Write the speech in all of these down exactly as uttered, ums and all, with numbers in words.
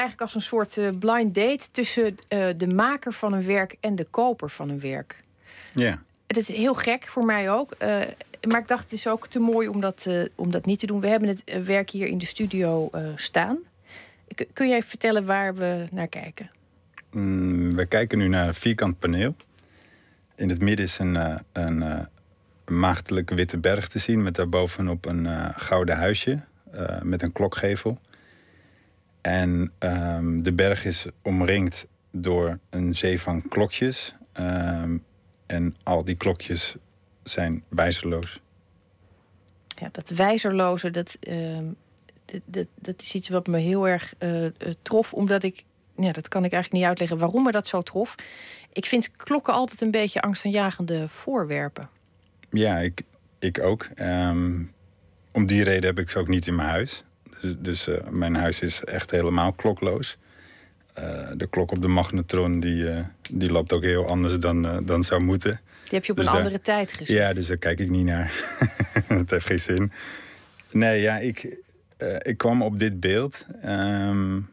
eigenlijk als een soort uh, blind date tussen uh, de maker van een werk en de koper van een werk. Ja. Het is heel gek voor mij ook. Uh, maar ik dacht, het is ook te mooi om dat, uh, om dat niet te doen. We hebben het uh, werk hier in de studio uh, staan. K- kun jij vertellen waar we naar kijken? Mm, we kijken nu naar een vierkant paneel. In het midden is een, uh, een uh, maagdelijke witte berg te zien... met daarbovenop een uh, gouden huisje uh, met een klokgevel. En um, de berg is omringd door een zee van klokjes. Um, en al die klokjes zijn wijzerloos. Ja, dat wijzerloze, dat, uh, dat, dat, dat is iets wat me heel erg uh, trof. Omdat ik, ja, dat kan ik eigenlijk niet uitleggen waarom me dat zo trof. Ik vind klokken altijd een beetje angstaanjagende voorwerpen. Ja, ik, ik ook. Um, om die reden heb ik ze ook niet in mijn huis. Dus, dus uh, mijn huis is echt helemaal klokloos. Uh, de klok op de magnetron die, uh, die loopt ook heel anders dan, uh, dan zou moeten. Die heb je op dus een daar, andere tijd gezien. Ja, dus daar kijk ik niet naar. Dat heeft geen zin. Nee, ja, ik, uh, ik kwam op dit beeld... Um,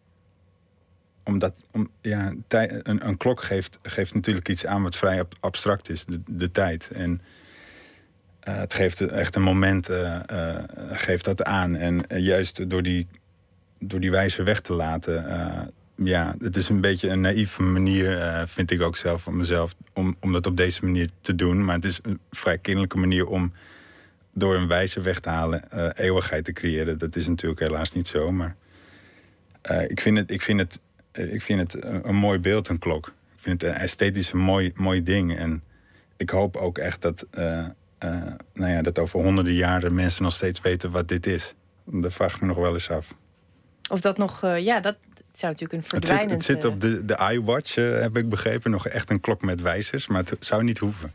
omdat om, ja, tij, een, een klok geeft, geeft natuurlijk iets aan wat vrij abstract is. De, de tijd. En uh, het geeft echt een moment, uh, uh, geeft dat aan. En uh, juist door die, door die wijze weg te laten... Uh, ja, het is een beetje een naïeve manier, uh, vind ik ook zelf van mezelf... Om, om dat op deze manier te doen. Maar het is een vrij kinderlijke manier om door een wijze weg te halen... Uh, eeuwigheid te creëren. Dat is natuurlijk helaas niet zo. Maar uh, ik vind het... Ik vind het Ik vind het een, een mooi beeld, een klok. Ik vind het een esthetisch een mooi, mooi ding. En ik hoop ook echt dat, uh, uh, nou ja, dat over honderden jaren mensen nog steeds weten wat dit is. Dat vraag ik me nog wel eens af. Of dat nog, uh, ja, dat zou natuurlijk een verdwijnend... Het zit, het zit op de, de iWatch, uh, heb ik begrepen. Nog echt een klok met wijzers, maar het zou niet hoeven.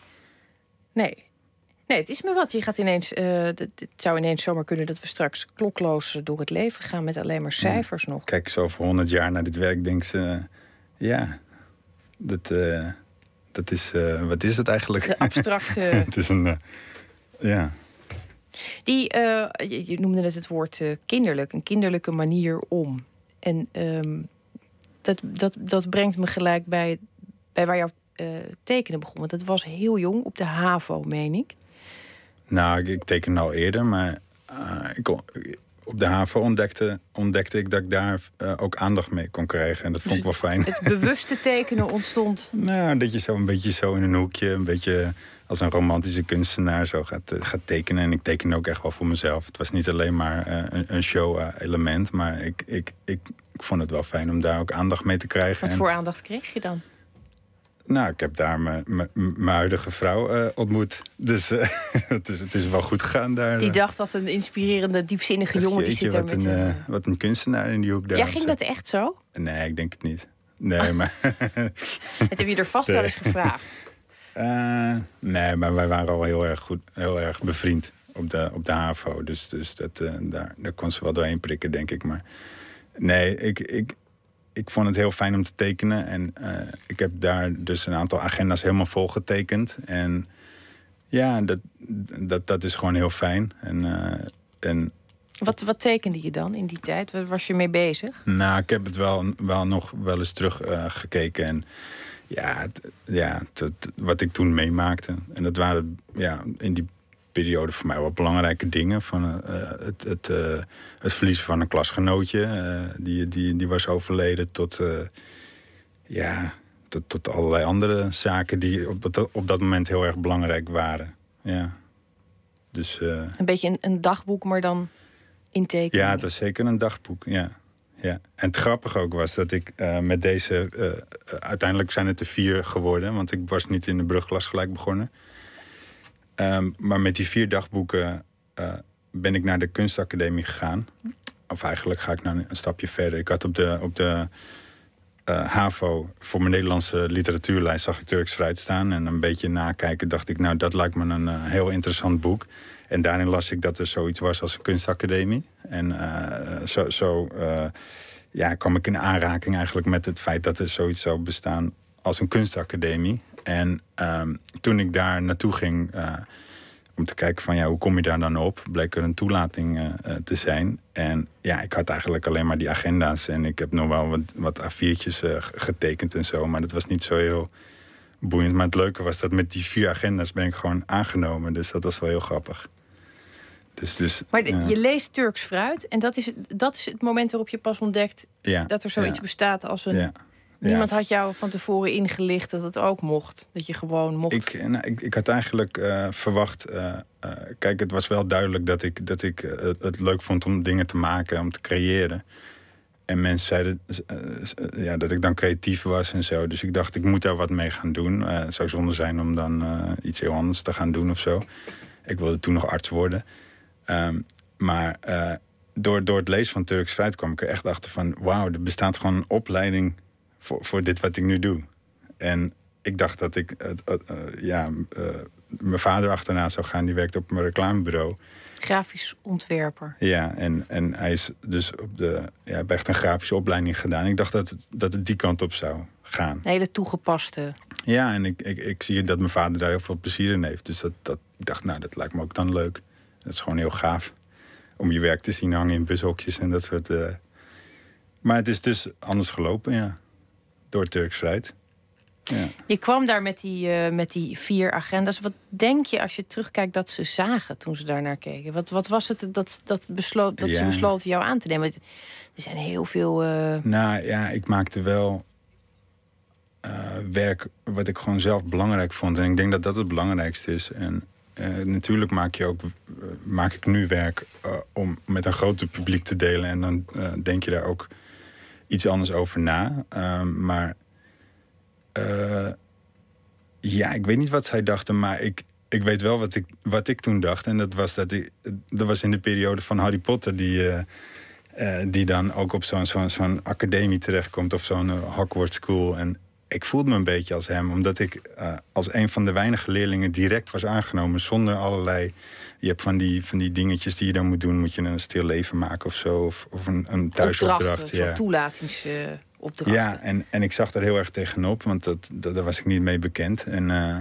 Nee. Nee, het is me wat. Je gaat ineens, uh, het zou ineens zomaar kunnen dat we straks klokloos door het leven gaan met alleen maar cijfers nog. Kijk, zo over honderd jaar naar dit werk denk ze, uh, ja, dat, uh, dat is, uh, wat is het eigenlijk? De abstracte... Het is een, uh, ja... Die, uh, je, je noemde net het woord uh, kinderlijk, een kinderlijke manier om. En um, dat, dat, dat brengt me gelijk bij, bij waar jouw uh, tekenen begon. Want dat was heel jong, op de HAVO, meen ik. Nou, ik, ik teken al eerder, maar uh, ik, op de HAVO ontdekte, ontdekte ik dat ik daar uh, ook aandacht mee kon krijgen. En dat vond ik wel fijn. Het bewuste tekenen ontstond? Nou, dat je zo een beetje zo in een hoekje, een beetje als een romantische kunstenaar zo gaat, uh, gaat tekenen. En ik teken ook echt wel voor mezelf. Het was niet alleen maar uh, een, een show-element, maar ik, ik, ik, ik vond het wel fijn om daar ook aandacht mee te krijgen. Wat en, voor aandacht kreeg je dan? Nou, ik heb daar mijn huidige vrouw uh, ontmoet. Dus uh, het, is, het is wel goed gegaan daar. Die dacht dat een inspirerende, diepzinnige jongen... die zit daar wat met een, een... uh, wat een kunstenaar in die hoek daar. Ja, ging dat echt zo? Nee, ik denk het niet. Nee, maar... Het heb je er vast nee. wel eens gevraagd. Uh, nee, maar wij waren al heel erg goed, heel erg bevriend op de, op de HAVO. Dus, dus dat, uh, daar, daar kon ze wel doorheen prikken, denk ik. Maar nee, ik... ik Ik vond het heel fijn om te tekenen. En uh, ik heb daar dus een aantal agenda's helemaal vol getekend. En ja, dat, dat, dat is gewoon heel fijn. En, uh, en wat, wat tekende je dan in die tijd? Waar was je mee bezig? Nou, ik heb het wel, wel nog wel eens terug uh, gekeken. En ja, t, ja t, t, wat ik toen meemaakte. En dat waren ja, in die periode voor mij wel belangrijke dingen. Van uh, het, het, uh, het verliezen van een klasgenootje. Uh, die, die, die was overleden tot, uh, ja, tot, tot allerlei andere zaken die op dat, op dat moment heel erg belangrijk waren. Ja. Dus, uh, een beetje een, een dagboek, maar dan in tekeningen. Ja, het was zeker een dagboek, ja. Ja. En het grappige ook was dat ik uh, met deze... Uh, uiteindelijk zijn het er vier geworden, want ik was niet in de brugklas gelijk begonnen. Um, maar met die vier dagboeken uh, ben ik naar de kunstacademie gegaan. Of eigenlijk ga ik naar een stapje verder. Ik had op de, op de uh, HAVO voor mijn Nederlandse literatuurlijst zag ik Turks fruit staan. En een beetje nakijken dacht ik, nou dat lijkt me een uh, heel interessant boek. En daarin las ik dat er zoiets was als een kunstacademie. En uh, zo, zo uh, ja, kwam ik in aanraking eigenlijk met het feit dat er zoiets zou bestaan als een kunstacademie. En um, toen ik daar naartoe ging, uh, om te kijken van ja, hoe kom je daar dan op? Bleek er een toelating uh, uh, te zijn. En ja, ik had eigenlijk alleen maar die agenda's. En ik heb nog wel wat, wat A viertjes uh, getekend en zo. Maar dat was niet zo heel boeiend. Maar het leuke was dat met die vier agenda's ben ik gewoon aangenomen. Dus dat was wel heel grappig. Dus, dus, maar de, uh, je leest Turks fruit. En dat is, dat is het moment waarop je pas ontdekt ja, dat er zoiets ja, bestaat als een... Ja. Niemand Ja. had jou van tevoren ingelicht dat het ook mocht. Dat je gewoon mocht. Ik, nou, ik, ik had eigenlijk uh, verwacht... Uh, uh, kijk, het was wel duidelijk dat ik, dat ik uh, het leuk vond om dingen te maken, om te creëren. En mensen zeiden uh, uh, ja, dat ik dan creatief was en zo. Dus ik dacht, ik moet daar wat mee gaan doen. Uh, het zou zonde zijn om dan uh, iets heel anders te gaan doen of zo. Ik wilde toen nog arts worden. Um, maar uh, door, door het lezen van Turks fruit kwam ik er echt achter van... wauw, er bestaat gewoon een opleiding... Voor, voor dit wat ik nu doe. En ik dacht dat ik uh, uh, uh, ja, uh, mijn vader achterna zou gaan. Die werkte op een reclamebureau. Grafisch ontwerper. Ja, en, en hij is dus op de... Ja, heeft echt een grafische opleiding gedaan. Ik dacht dat het, dat het die kant op zou gaan. Een hele toegepaste. Ja, en ik, ik, ik zie dat mijn vader daar heel veel plezier in heeft. Dus dat, dat, ik dacht, nou, dat lijkt me ook dan leuk. Dat is gewoon heel gaaf. Om je werk te zien hangen in bushokjes en dat soort... Uh... Maar het is dus anders gelopen, ja. Door Turks fruit. Ja. Je kwam daar met die, uh, met die vier agenda's. Wat denk je als je terugkijkt dat ze zagen toen ze daar naar keken? Wat, wat was het dat, dat, besloot, dat ja. ze besloten jou aan te nemen? Er zijn heel veel... Uh... Nou ja, ik maakte wel uh, werk wat ik gewoon zelf belangrijk vond. En ik denk dat dat het belangrijkste is. En uh, natuurlijk maak, je ook, uh, maak ik nu werk uh, om met een groter publiek te delen. En dan uh, denk je daar ook... iets anders over na. Uh, maar uh, ja, ik weet niet wat zij dachten, maar ik, ik weet wel wat ik, wat ik toen dacht. En dat was dat ik, dat was in de periode van Harry Potter, die, uh, uh, die dan ook op zo'n, zo'n, zo'n academie terechtkomt of zo'n uh, Hogwarts School. En ik voelde me een beetje als hem, omdat ik uh, als een van de weinige leerlingen direct was aangenomen zonder allerlei... Je hebt van die, van die dingetjes die je dan moet doen. Moet je een stil leven maken of zo. Of, of een, een thuisopdracht. Ja. Toelatingsopdrachten. Ja, en, en ik zag daar heel erg tegenop. Want dat, dat, daar was ik niet mee bekend. En uh,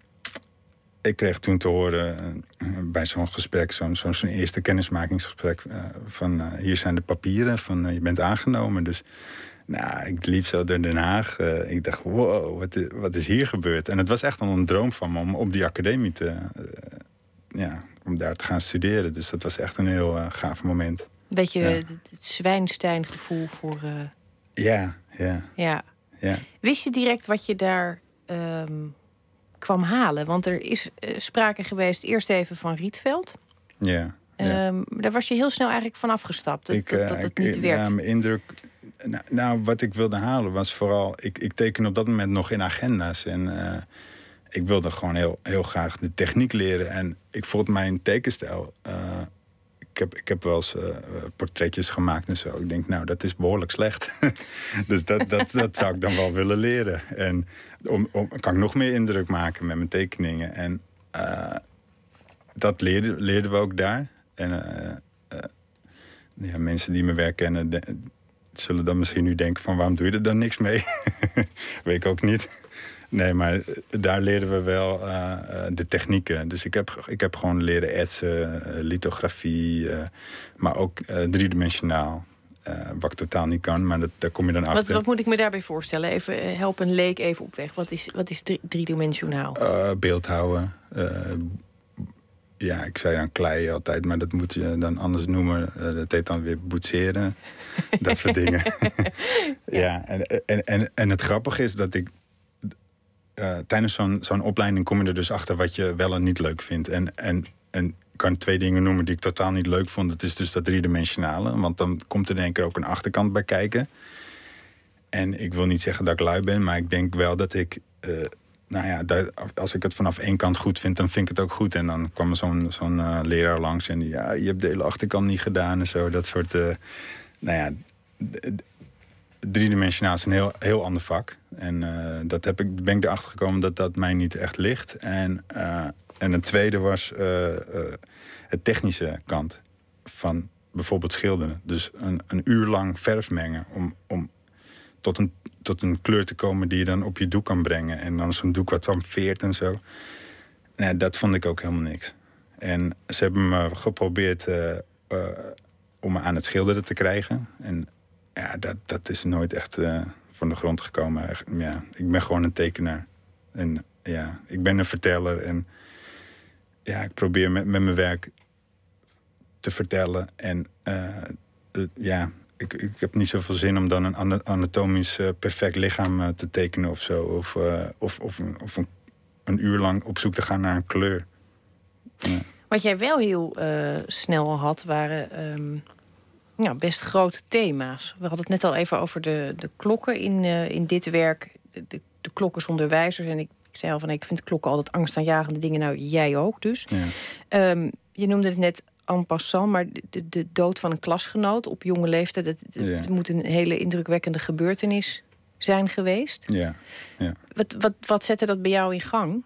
ik kreeg toen te horen uh, bij zo'n gesprek... zo'n, zo'n, zo'n eerste kennismakingsgesprek... Uh, van uh, hier zijn de papieren, van uh, je bent aangenomen. Dus nou, ik liep zo door Den Haag. Uh, ik dacht, wow, wat is, wat is hier gebeurd? En het was echt al een droom van me om op die academie te... Uh, ja, om daar te gaan studeren. Dus dat was echt een heel uh, gaaf moment. Een beetje ja. het, het Zwijnstein-gevoel voor... Uh... Ja, ja, ja. ja. Wist je direct wat je daar um, kwam halen? Want er is uh, sprake geweest eerst even van Rietveld. Ja. ja. Um, daar was je heel snel eigenlijk van afgestapt. Dat, ik, dat, dat het ik, niet werd. Ja, mijn indruk... Nou, nou, wat ik wilde halen was vooral... Ik, ik teken op dat moment nog in agenda's. En... Uh, ik wilde gewoon heel, heel graag de techniek leren. En ik vond mijn tekenstijl... Uh, ik, heb, ik heb wel eens uh, portretjes gemaakt en zo. Ik denk, nou, dat is behoorlijk slecht. Dus dat, dat, dat zou ik dan wel willen leren. En om, om, kan ik nog meer indruk maken met mijn tekeningen. En uh, dat leerden, leerden we ook daar. En uh, uh, ja, mensen die mijn werk kennen... De, zullen dan misschien nu denken van... waarom doe je er dan niks mee? Weet ik ook niet. Nee, maar daar leerden we wel uh, de technieken. Dus ik heb, ik heb gewoon leren etsen, uh, lithografie, uh, maar ook uh, driedimensionaal. Uh, wat ik totaal niet kan, maar dat, daar kom je dan achter. Wat, wat moet ik me daarbij voorstellen? Even, help een leek even op weg. Wat is, wat is drie, driedimensionaal? Uh, beeldhouden. Uh, ja, ik zei dan klei altijd, maar dat moet je dan anders noemen. Uh, dat heet dan weer boetseren. Dat soort dingen. ja, ja en, en, en, en het grappige is dat ik... Uh, tijdens zo'n, zo'n opleiding kom je er dus achter wat je wel en niet leuk vindt. En, en, en ik kan twee dingen noemen die ik totaal niet leuk vond. Dat is dus dat driedimensionale. Want dan komt er in één keer ook een achterkant bij kijken. En ik wil niet zeggen dat ik lui ben, maar ik denk wel dat ik... Uh, nou ja, dat, als ik het vanaf één kant goed vind, dan vind ik het ook goed. En dan kwam er zo'n, zo'n uh, leraar langs en die... Ja, je hebt de hele achterkant niet gedaan en zo. Dat soort... Uh, nou ja... D- d- Driedimensionaal is een heel, heel ander vak. En uh, dat heb ik, ben ik erachter gekomen dat dat mij niet echt ligt. En, uh, en een tweede was uh, uh, het technische kant van bijvoorbeeld schilderen. Dus een, een uur lang verf mengen om, om tot, een, tot een kleur te komen die je dan op je doek kan brengen. En dan zo'n doek wat dan veert en zo. Nou, dat vond ik ook helemaal niks. En ze hebben me geprobeerd uh, uh, om me aan het schilderen te krijgen. En ja, dat, dat is nooit echt uh, van de grond gekomen. Echt, ja, ik ben gewoon een tekenaar. En ja, ik ben een verteller. En ja, ik probeer met, met mijn werk te vertellen. En uh, de, ja, ik, ik heb niet zoveel zin om dan een anatomisch uh, perfect lichaam uh, te tekenen of zo. Of, uh, of, of, of een, een uur lang op zoek te gaan naar een kleur. Ja. Wat jij wel heel uh, snel had, waren um, ja, best grote thema's. We hadden het net al even over de, de klokken in, uh, in dit werk. De, de, de klokken zonder wijzers. En ik, ik zei al van, ik vind klokken altijd angstaanjagende dingen. Nou, jij ook dus. Ja. Um, je noemde het net en passant, maar de, de dood van een klasgenoot op jonge leeftijd, dat, dat ja. moet een hele indrukwekkende gebeurtenis zijn geweest. Ja. Ja. Wat, wat, wat zette dat bij jou in gang?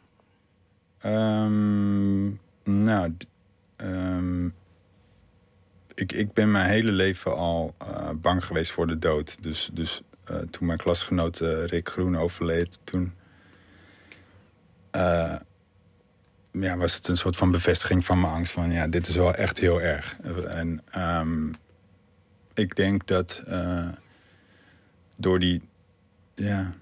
Um, nou, um, ik, ik ben mijn hele leven al uh, bang geweest voor de dood. Dus, dus uh, toen mijn klasgenoot uh, Rick Groen overleed, toen Uh, ja, was het een soort van bevestiging van mijn angst. Van ja, dit is wel echt heel erg. En um, ik denk dat uh, door die... Ja,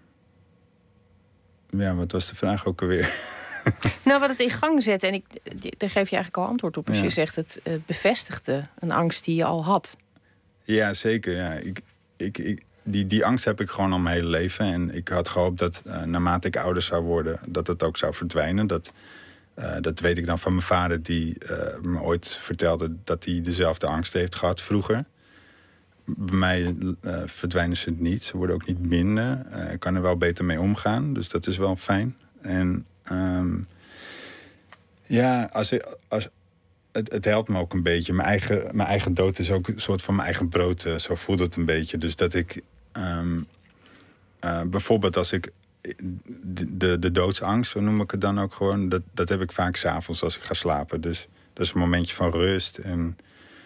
ja, wat was de vraag ook alweer? Nou, wat het in gang zette, en ik, daar geef je eigenlijk al antwoord op. Als ja. je zegt, het, het bevestigde een angst die je al had. Ja, zeker. Ja. Ik, ik, ik, die, die angst heb ik gewoon al mijn hele leven. En ik had gehoopt dat uh, naarmate ik ouder zou worden, dat het ook zou verdwijnen. Dat, uh, dat weet ik dan van mijn vader, die uh, me ooit vertelde dat hij dezelfde angst heeft gehad vroeger. Bij mij uh, verdwijnen ze niet. Ze worden ook niet minder. Uh, ik kan er wel beter mee omgaan. Dus dat is wel fijn. En um, ja, als ik, als, het, het helpt me ook een beetje. Mijn eigen, mijn eigen dood is ook een soort van mijn eigen brood. Uh, zo voelt het een beetje. Dus dat ik um, uh, bijvoorbeeld als ik de, de, de doodsangst, zo noem ik het dan ook gewoon, dat, dat heb ik vaak 's avonds als ik ga slapen. Dus dat is een momentje van rust. En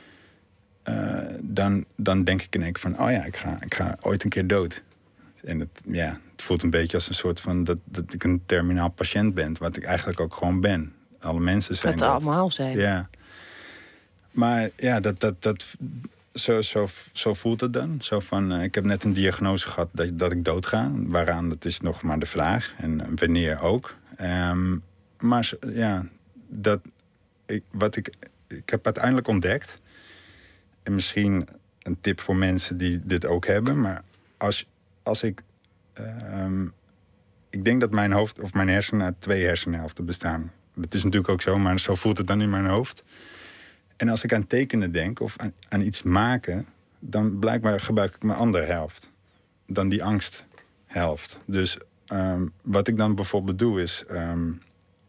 uh, dan, dan denk ik in één keer van, oh ja, ik ga, ik ga ooit een keer dood. En het, ja, het voelt een beetje als een soort van dat, dat ik een terminaal patiënt ben. Wat ik eigenlijk ook gewoon ben. Alle mensen zijn dat. Dat allemaal zijn. Ja. Maar ja, dat, dat, dat, zo, zo, zo voelt het dan. Zo van, uh, ik heb net een diagnose gehad dat, dat ik doodga. Waaraan, dat is nog maar de vraag. En wanneer ook. Um, maar ja, dat, ik, wat ik, ik heb uiteindelijk ontdekt. En misschien een tip voor mensen die dit ook hebben. Maar als, als ik... Um, ik denk dat mijn hoofd of mijn hersenen uit twee hersenhelften bestaan. Dat is natuurlijk ook zo, maar zo voelt het dan in mijn hoofd. En als ik aan tekenen denk of aan, aan iets maken, dan blijkbaar gebruik ik mijn andere helft. Dan die angsthelft. Dus um, wat ik dan bijvoorbeeld doe is, Um,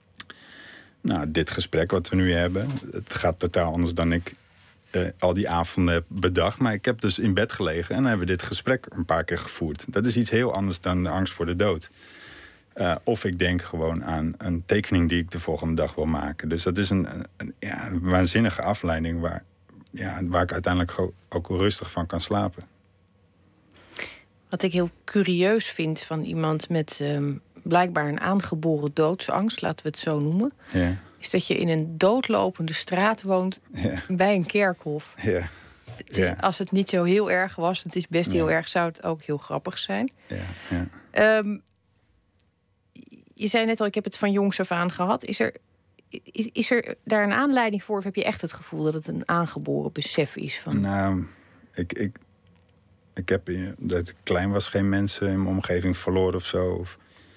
nou, dit gesprek wat we nu hebben, het gaat totaal anders dan ik uh, al die avonden heb bedacht. Maar ik heb dus in bed gelegen en hebben we dit gesprek een paar keer gevoerd. Dat is iets heel anders dan de angst voor de dood. Uh, of ik denk gewoon aan een tekening die ik de volgende dag wil maken. Dus dat is een, een, ja, een waanzinnige afleiding waar, ja, waar ik uiteindelijk ook rustig van kan slapen. Wat ik heel curieus vind van iemand met um, blijkbaar een aangeboren doodsangst, laten we het zo noemen, Ja. is dat je in een doodlopende straat woont Ja. bij een kerkhof. Ja. Het is, Ja. Als het niet zo heel erg was, het is best heel Ja. erg, zou het ook heel grappig zijn. Ja. Ja. Um, Je zei net al, ik heb het van jongs af aan gehad. Is er, is, is er daar een aanleiding voor? Of heb je echt het gevoel dat het een aangeboren besef is? Van... Nou, ik, ik, ik heb, dat ik klein was, geen mensen in mijn omgeving verloren of zo. Of,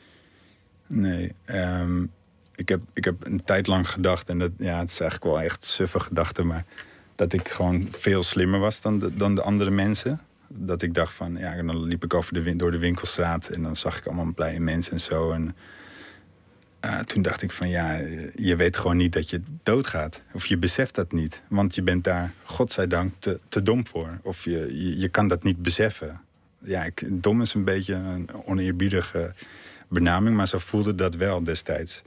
nee. Um, ik, heb, ik heb een tijd lang gedacht, en dat, ja, het is eigenlijk wel echt suffe gedachten, maar dat ik gewoon veel slimmer was dan de, dan de andere mensen. Dat ik dacht van, ja, dan liep ik over de, door de winkelstraat en dan zag ik allemaal blije mensen en zo. En Uh, toen dacht ik van ja, je weet gewoon niet dat je doodgaat. Of je beseft dat niet. Want je bent daar, godzijdank, te, te dom voor. Of je, je, je kan dat niet beseffen. Ja, ik, dom is een beetje een oneerbiedige benaming, maar zo voelde dat wel destijds.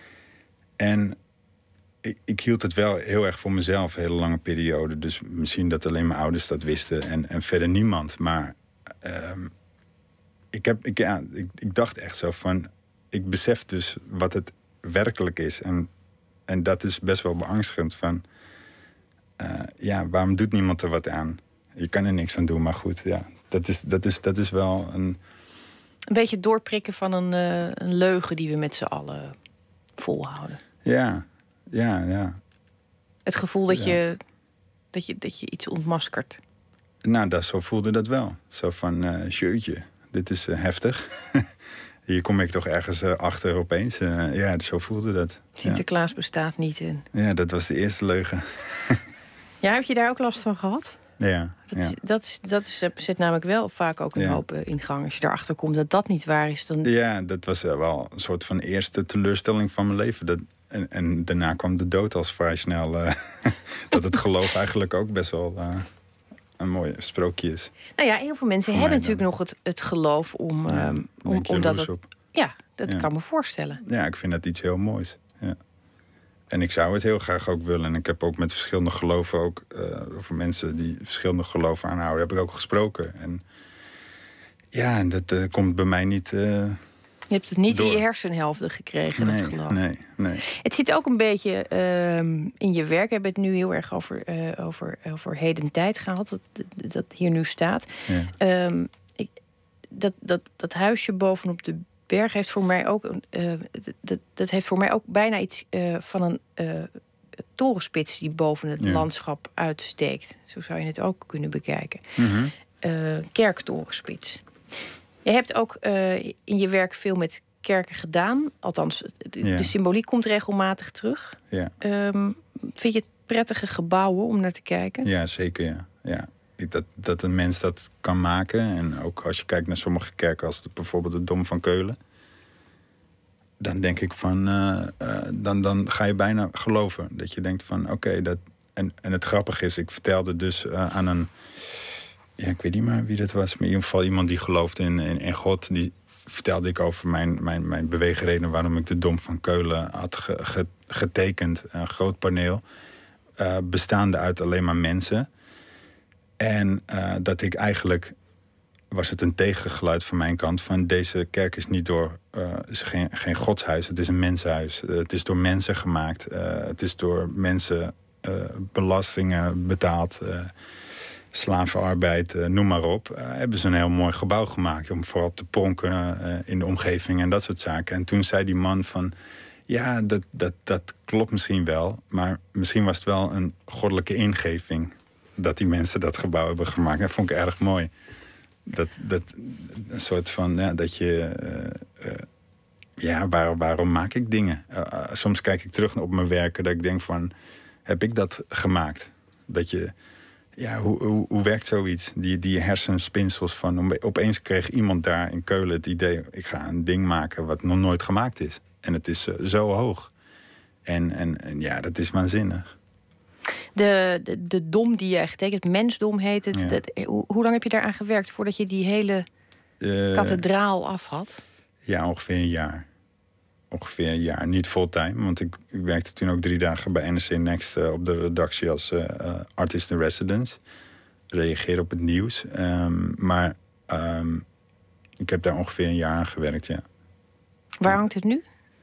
En ik, ik hield het wel heel erg voor mezelf, een hele lange periode. Dus misschien dat alleen mijn ouders dat wisten en, en verder niemand. Maar um, ik, heb, ik, ja, ik, ik dacht echt zo van, ik besef dus wat het werkelijk is. En en dat is best wel beangstigend. Van, uh, ja, waarom doet niemand er wat aan? Je kan er niks aan doen, maar goed, ja, dat is, dat is, dat is wel een... Een beetje doorprikken van een, uh, een leugen die we met z'n allen volhouden. Ja, ja, ja. Het gevoel dat, ja. je, dat, je, dat je iets ontmaskert. Nou, dat, zo voelde dat wel. Zo van, uh, jeetje, dit is uh, heftig. Hier kom ik toch ergens uh, achter opeens. Uh, ja, zo voelde dat. Sinterklaas ja. bestaat niet. En... Ja, dat was de eerste leugen. Ja, heb je daar ook last van gehad? Ja. Dat, ja. Is, dat, is, dat is, zet namelijk wel vaak ook een ja. hoop uh, in gang. Als je erachter komt dat dat niet waar is, dan... Ja, dat was uh, wel een soort van eerste teleurstelling van mijn leven. Dat, en, en daarna kwam de dood als vrij snel. Uh, dat het geloof eigenlijk ook best wel... Uh, een mooi sprookje is. Nou ja, heel veel mensen voor hebben natuurlijk nog het, het geloof om... Ja, um, om omdat het, op. Ja, dat ja. kan me voorstellen. Ja, ik vind dat iets heel moois. Ja. En ik zou het heel graag ook willen. En ik heb ook met verschillende geloven... ook uh, over mensen die verschillende geloven aanhouden... heb ik ook gesproken. En ja, dat uh, komt bij mij niet... Uh, je hebt het niet door. in je hersenhelften gekregen, nee, dat geloof. Nee, nee. Het zit ook een beetje uh, in je werk. We hebben het nu heel erg over, uh, over, over heden tijd gehad. Dat, dat, dat hier nu staat. Ja. Um, ik, dat, dat, dat huisje bovenop de berg heeft voor mij ook... Uh, dat, dat heeft voor mij ook bijna iets uh, van een uh, torenspits... die boven het ja. landschap uitsteekt. Zo zou je het ook kunnen bekijken. Mm-hmm. Uh, kerktorenspits. Je hebt ook uh, in je werk veel met kerken gedaan. Althans, de, ja. de symboliek komt regelmatig terug. Ja. Um, vind je het prettige gebouwen om naar te kijken? Ja, zeker, ja. ja. Dat, dat een mens dat kan maken. En ook als je kijkt naar sommige kerken... als bijvoorbeeld de Dom van Keulen... dan denk ik van... Uh, uh, dan, dan ga je bijna geloven. Dat je denkt van, oké, okay, dat... En, en het grappige is, ik vertelde dus uh, aan een... Ja, ik weet niet meer wie dat was. Maar in ieder geval iemand die geloofde in, in, in God. Die vertelde ik over mijn, mijn, mijn beweegreden... waarom ik de Dom van Keulen had ge, ge, getekend. Een groot paneel. Uh, bestaande uit alleen maar mensen. En uh, dat ik eigenlijk... was het een tegengeluid van mijn kant... van deze kerk is niet door... Uh, is geen, geen godshuis, het is een mensenhuis. Uh, het is door mensen gemaakt. Uh, het is door mensen uh, belastingen betaald... Uh, slavenarbeid, uh, noem maar op. Uh, hebben ze een heel mooi gebouw gemaakt... om vooral te pronken uh, in de omgeving en dat soort zaken. En toen zei die man van... ja, dat, dat, dat klopt misschien wel... maar misschien was het wel een goddelijke ingeving... dat die mensen dat gebouw hebben gemaakt. Dat vond ik erg mooi. Dat, dat een soort van, ja, dat je... Uh, uh, ja, waar, waarom maak ik dingen? Uh, uh, soms kijk ik terug op mijn werken... dat ik denk van, heb ik dat gemaakt? Dat je... Ja, hoe, hoe, hoe werkt zoiets? Die, die hersenspinsels van... Opeens kreeg iemand daar in Keulen het idee... ik ga een ding maken wat nog nooit gemaakt is. En het is uh, zo hoog. En, en, en ja, dat is waanzinnig. De, de, de dom die je getekend, mensdom heet het. Ja. Dat, hoe, hoe lang heb je daaraan gewerkt... voordat je die hele uh, kathedraal af had? Ja, ongeveer een jaar. Ongeveer een jaar. Niet fulltime, want ik, ik werkte toen ook drie dagen bij N R C Next... Uh, op de redactie als uh, uh, artist in residence. Reageerde op het nieuws. Um, maar um, ik heb daar ongeveer een jaar aan gewerkt, ja. Waar hangt het nu?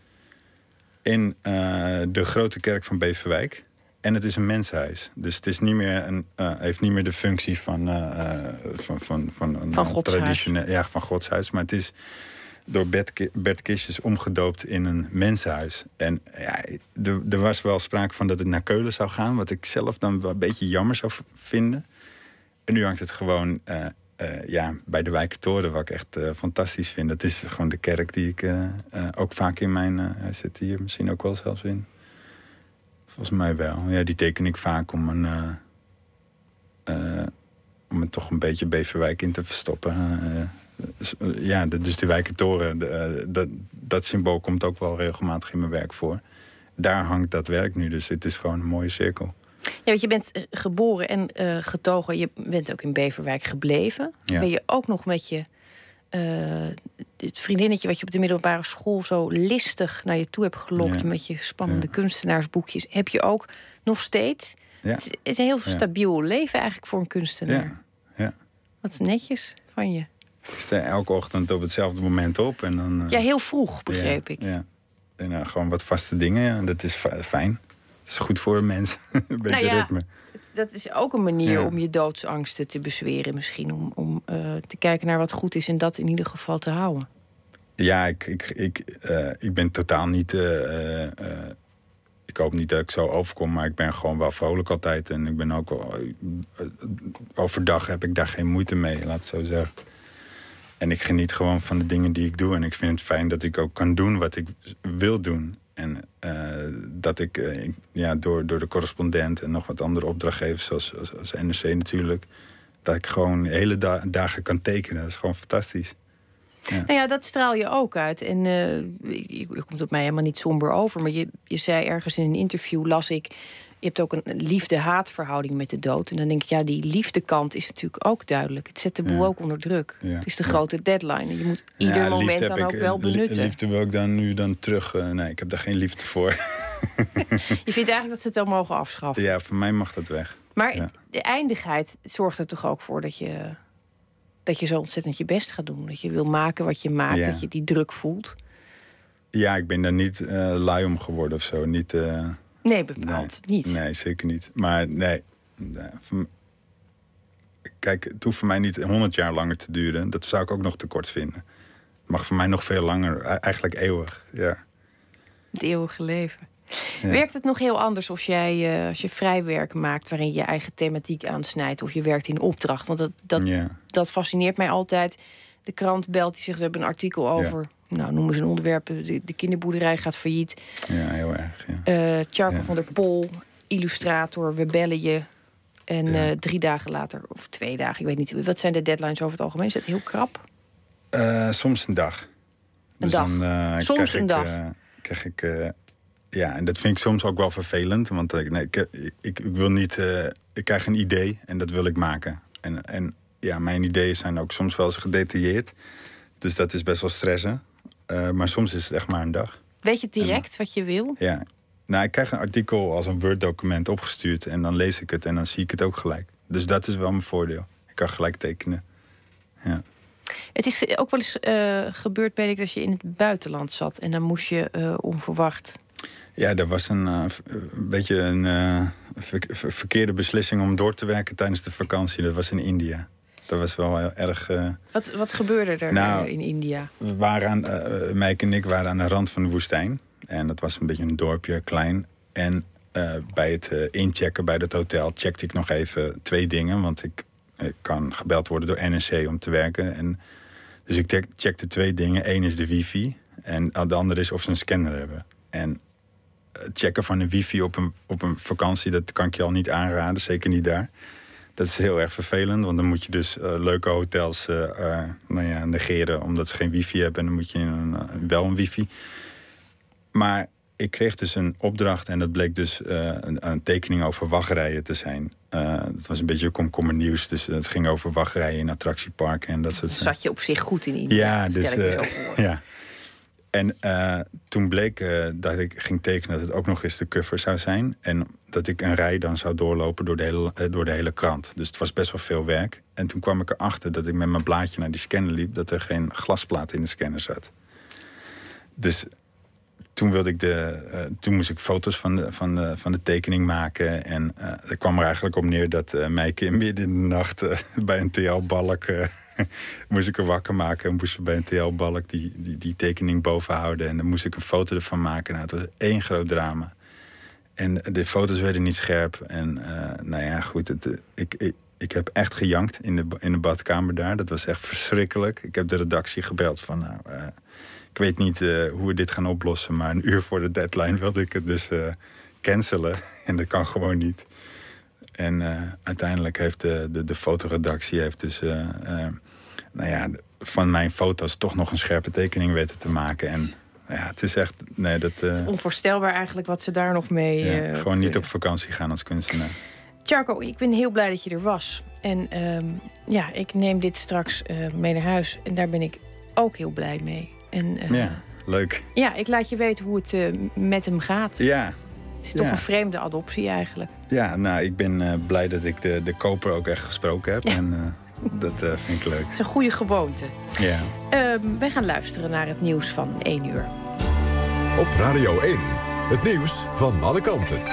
In uh, de grote kerk van Beverwijk. En het is een mensenhuis. Dus het is niet meer een, uh, heeft niet meer de functie van, uh, van, van, van een van traditioneel... Ja, van godshuis. Maar het is... door Bert, Bert Kistjes omgedoopt in een mensenhuis. En ja, er, er was wel sprake van dat het naar Keulen zou gaan... wat ik zelf dan wel een beetje jammer zou vinden. En nu hangt het gewoon uh, uh, ja, bij de Wijkertoren... wat ik echt uh, fantastisch vind. Dat is gewoon de kerk die ik uh, uh, ook vaak in mijn... Uh, hij zit hier misschien ook wel zelfs in. Volgens mij wel. Ja, die teken ik vaak om een... Uh, uh, om het toch een beetje Beverwijk in te verstoppen... Uh, Ja, dus de Wijkertoren, de, dat, dat symbool komt ook wel regelmatig in mijn werk voor. Daar hangt dat werk nu, dus het is gewoon een mooie cirkel. Ja, want je bent geboren en uh, getogen, je bent ook in Beverwijk gebleven. Ja. Ben je ook nog met je uh, het vriendinnetje wat je op de middelbare school zo listig naar je toe hebt gelokt... Ja. met je spannende Ja. kunstenaarsboekjes, heb je ook nog steeds... Ja. Het, is, het is een heel Ja. stabiel leven eigenlijk voor een kunstenaar. Ja. Ja. Wat netjes van je. Ik sta elke ochtend op hetzelfde moment op. En dan, uh, Ja, heel vroeg, begreep ja, ik. Ja. En, uh, gewoon wat vaste dingen, ja. Dat is f- fijn. Dat is goed voor een mens. Een beetje nou ja, ritme. Dat is ook een manier ja. om je doodsangsten te bezweren misschien. Om, om uh, te kijken naar wat goed is en dat in ieder geval te houden. Ja, ik, ik, ik, uh, ik ben totaal niet... Uh, uh, ik hoop niet dat ik zo overkom, maar ik ben gewoon wel vrolijk altijd. En ik ben ook wel... Uh, overdag heb ik daar geen moeite mee, laat het zo zeggen. En ik geniet gewoon van de dingen die ik doe. En ik vind het fijn dat ik ook kan doen wat ik wil doen. En uh, dat ik, uh, ik ja, door, door de correspondent en nog wat andere opdrachtgevers, zoals als, als N R C natuurlijk, dat ik gewoon hele da- dagen kan tekenen. Dat is gewoon fantastisch. Ja. Nou ja, dat straal je ook uit. En uh, je, je komt op mij helemaal niet somber over. Maar je, je zei ergens in een interview, las ik, je hebt ook een liefde-haatverhouding met de dood. En dan denk ik, ja, die liefdekant is natuurlijk ook duidelijk. Het zet de boel ja. ook onder druk. Ja. Het is de ja. grote deadline. En je moet ieder ja, moment dan ik, ook wel benutten. Liefde wil ik dan nu dan terug... Uh, nee, ik heb daar geen liefde voor. Je vindt eigenlijk dat ze het wel mogen afschaffen? Ja, voor mij mag dat weg. Maar ja. de eindigheid zorgt er toch ook voor dat je... dat je zo ontzettend je best gaat doen. Dat je wil maken wat je maakt. Ja. Dat je die druk voelt. Ja, ik ben daar niet uh, lui om geworden of zo. Niet... Uh... Nee, bepaald nee, niet. Nee, zeker niet. Maar nee, nee voor... Kijk, het hoeft voor mij niet honderd jaar langer te duren. Dat zou ik ook nog te kort vinden. Het mag voor mij nog veel langer, eigenlijk eeuwig. Ja. Het eeuwige leven. Ja. Werkt het nog heel anders als jij uh, als je vrijwerk maakt waarin je je eigen thematiek aansnijdt, of je werkt in opdracht? Want dat, dat, ja. dat fascineert mij altijd. De krant belt, die zegt, we hebben een artikel over... Ja. Nou, noem eens een onderwerp. De, de kinderboerderij gaat failliet. Ja, heel erg. Ja. Uh, Tjarko ja. van der Pol, illustrator, we bellen je. En ja. uh, drie dagen later, of twee dagen, ik weet niet. Wat zijn de deadlines over het algemeen? Is dat heel krap? Uh, soms een dag. Een dus dag? Dan, uh, soms een ik, dag? Uh, krijg ik... Uh, ja, en dat vind ik soms ook wel vervelend. Want uh, nee, ik, ik, ik wil niet... Uh, ik krijg een idee en dat wil ik maken. En, en ja, mijn ideeën zijn ook soms wel eens gedetailleerd. Dus dat is best wel stressen. Uh, maar soms is het echt maar een dag. Weet je direct en, wat je wil? Ja. Nou, ik krijg een artikel als een Word-document opgestuurd. En dan lees ik het en dan zie ik het ook gelijk. Dus dat is wel mijn voordeel. Ik kan gelijk tekenen. Ja. Het is ook wel eens uh, gebeurd, weet ik, dat je in het buitenland zat. En dan moest je uh, onverwacht... Ja, er was een, uh, een beetje een uh, ver- ver- verkeerde beslissing om door te werken tijdens de vakantie. Dat was in India. Dat was wel heel erg... Uh... Wat, wat gebeurde er nou, in India? We waren aan, uh, Meike en ik waren aan de rand van de woestijn. En dat was een beetje een dorpje, klein. En uh, bij het uh, inchecken bij dat hotel checkte ik nog even twee dingen. Want ik, ik kan gebeld worden door N R C om te werken. En, dus ik te- checkte twee dingen. Eén is de wifi. En de andere is of ze een scanner hebben. En het checken van de wifi op een, op een vakantie, dat kan ik je al niet aanraden. Zeker niet daar. Dat is heel erg vervelend, want dan moet je dus uh, leuke hotels uh, uh, nou ja, negeren omdat ze geen wifi hebben. En dan moet je een, uh, wel een wifi. Maar ik kreeg dus een opdracht en dat bleek dus uh, een, een tekening over wachtrijen te zijn. Uh, dat was een beetje komkommer nieuws, dus het ging over wachtrijen in attractieparken en dat soort dingen. Zat je op zich goed in India? Ja, dus, stel ik me uh, zo voor. Ja. En uh, toen bleek uh, dat ik ging tekenen dat het ook nog eens de cover zou zijn. En dat ik een rij dan zou doorlopen door de, hele, uh, door de hele krant. Dus het was best wel veel werk. En toen kwam ik erachter dat ik met mijn blaadje naar die scanner liep, dat er geen glasplaat in de scanner zat. Dus toen, wilde ik de, uh, toen moest ik foto's van de, van de, van de tekening maken. En uh, er kwam er eigenlijk op neer dat uh, Meike midden in de nacht uh, bij een T L-balk... Uh, moest ik er wakker maken en moest bij een T L-balk die, die, die tekening boven houden. En dan moest ik een foto ervan maken. Nou, het was één groot drama. En de foto's werden niet scherp. En uh, nou ja, goed. Het, ik, ik, ik heb echt gejankt in de, in de badkamer daar. Dat was echt verschrikkelijk. Ik heb de redactie gebeld van... Nou, uh, ik weet niet uh, hoe we dit gaan oplossen, maar een uur voor de deadline wilde ik het dus uh, cancelen. En dat kan gewoon niet. En uh, uiteindelijk heeft de, de, de fotoredactie heeft dus... Uh, uh, nou ja, van mijn foto's toch nog een scherpe tekening weten te maken. En ja, het is echt... Nee, dat, uh, het is onvoorstelbaar eigenlijk wat ze daar nog mee... Ja, uh, gewoon niet op vakantie gaan als kunstenaar. Tjarko, ik ben heel blij dat je er was. En um, ja, ik neem dit straks uh, mee naar huis. En daar ben ik ook heel blij mee. En, uh, ja, leuk. Ja, ik laat je weten hoe het uh, met hem gaat. Ja. Het is toch ja. een vreemde adoptie eigenlijk. Ja, nou, ik ben uh, blij dat ik de, de koper ook echt gesproken heb. Ja. En uh, dat uh, vind ik leuk. Het is een goede gewoonte. Ja. Uh, wij gaan luisteren naar het nieuws van één uur. Op Radio één, het nieuws van alle kanten.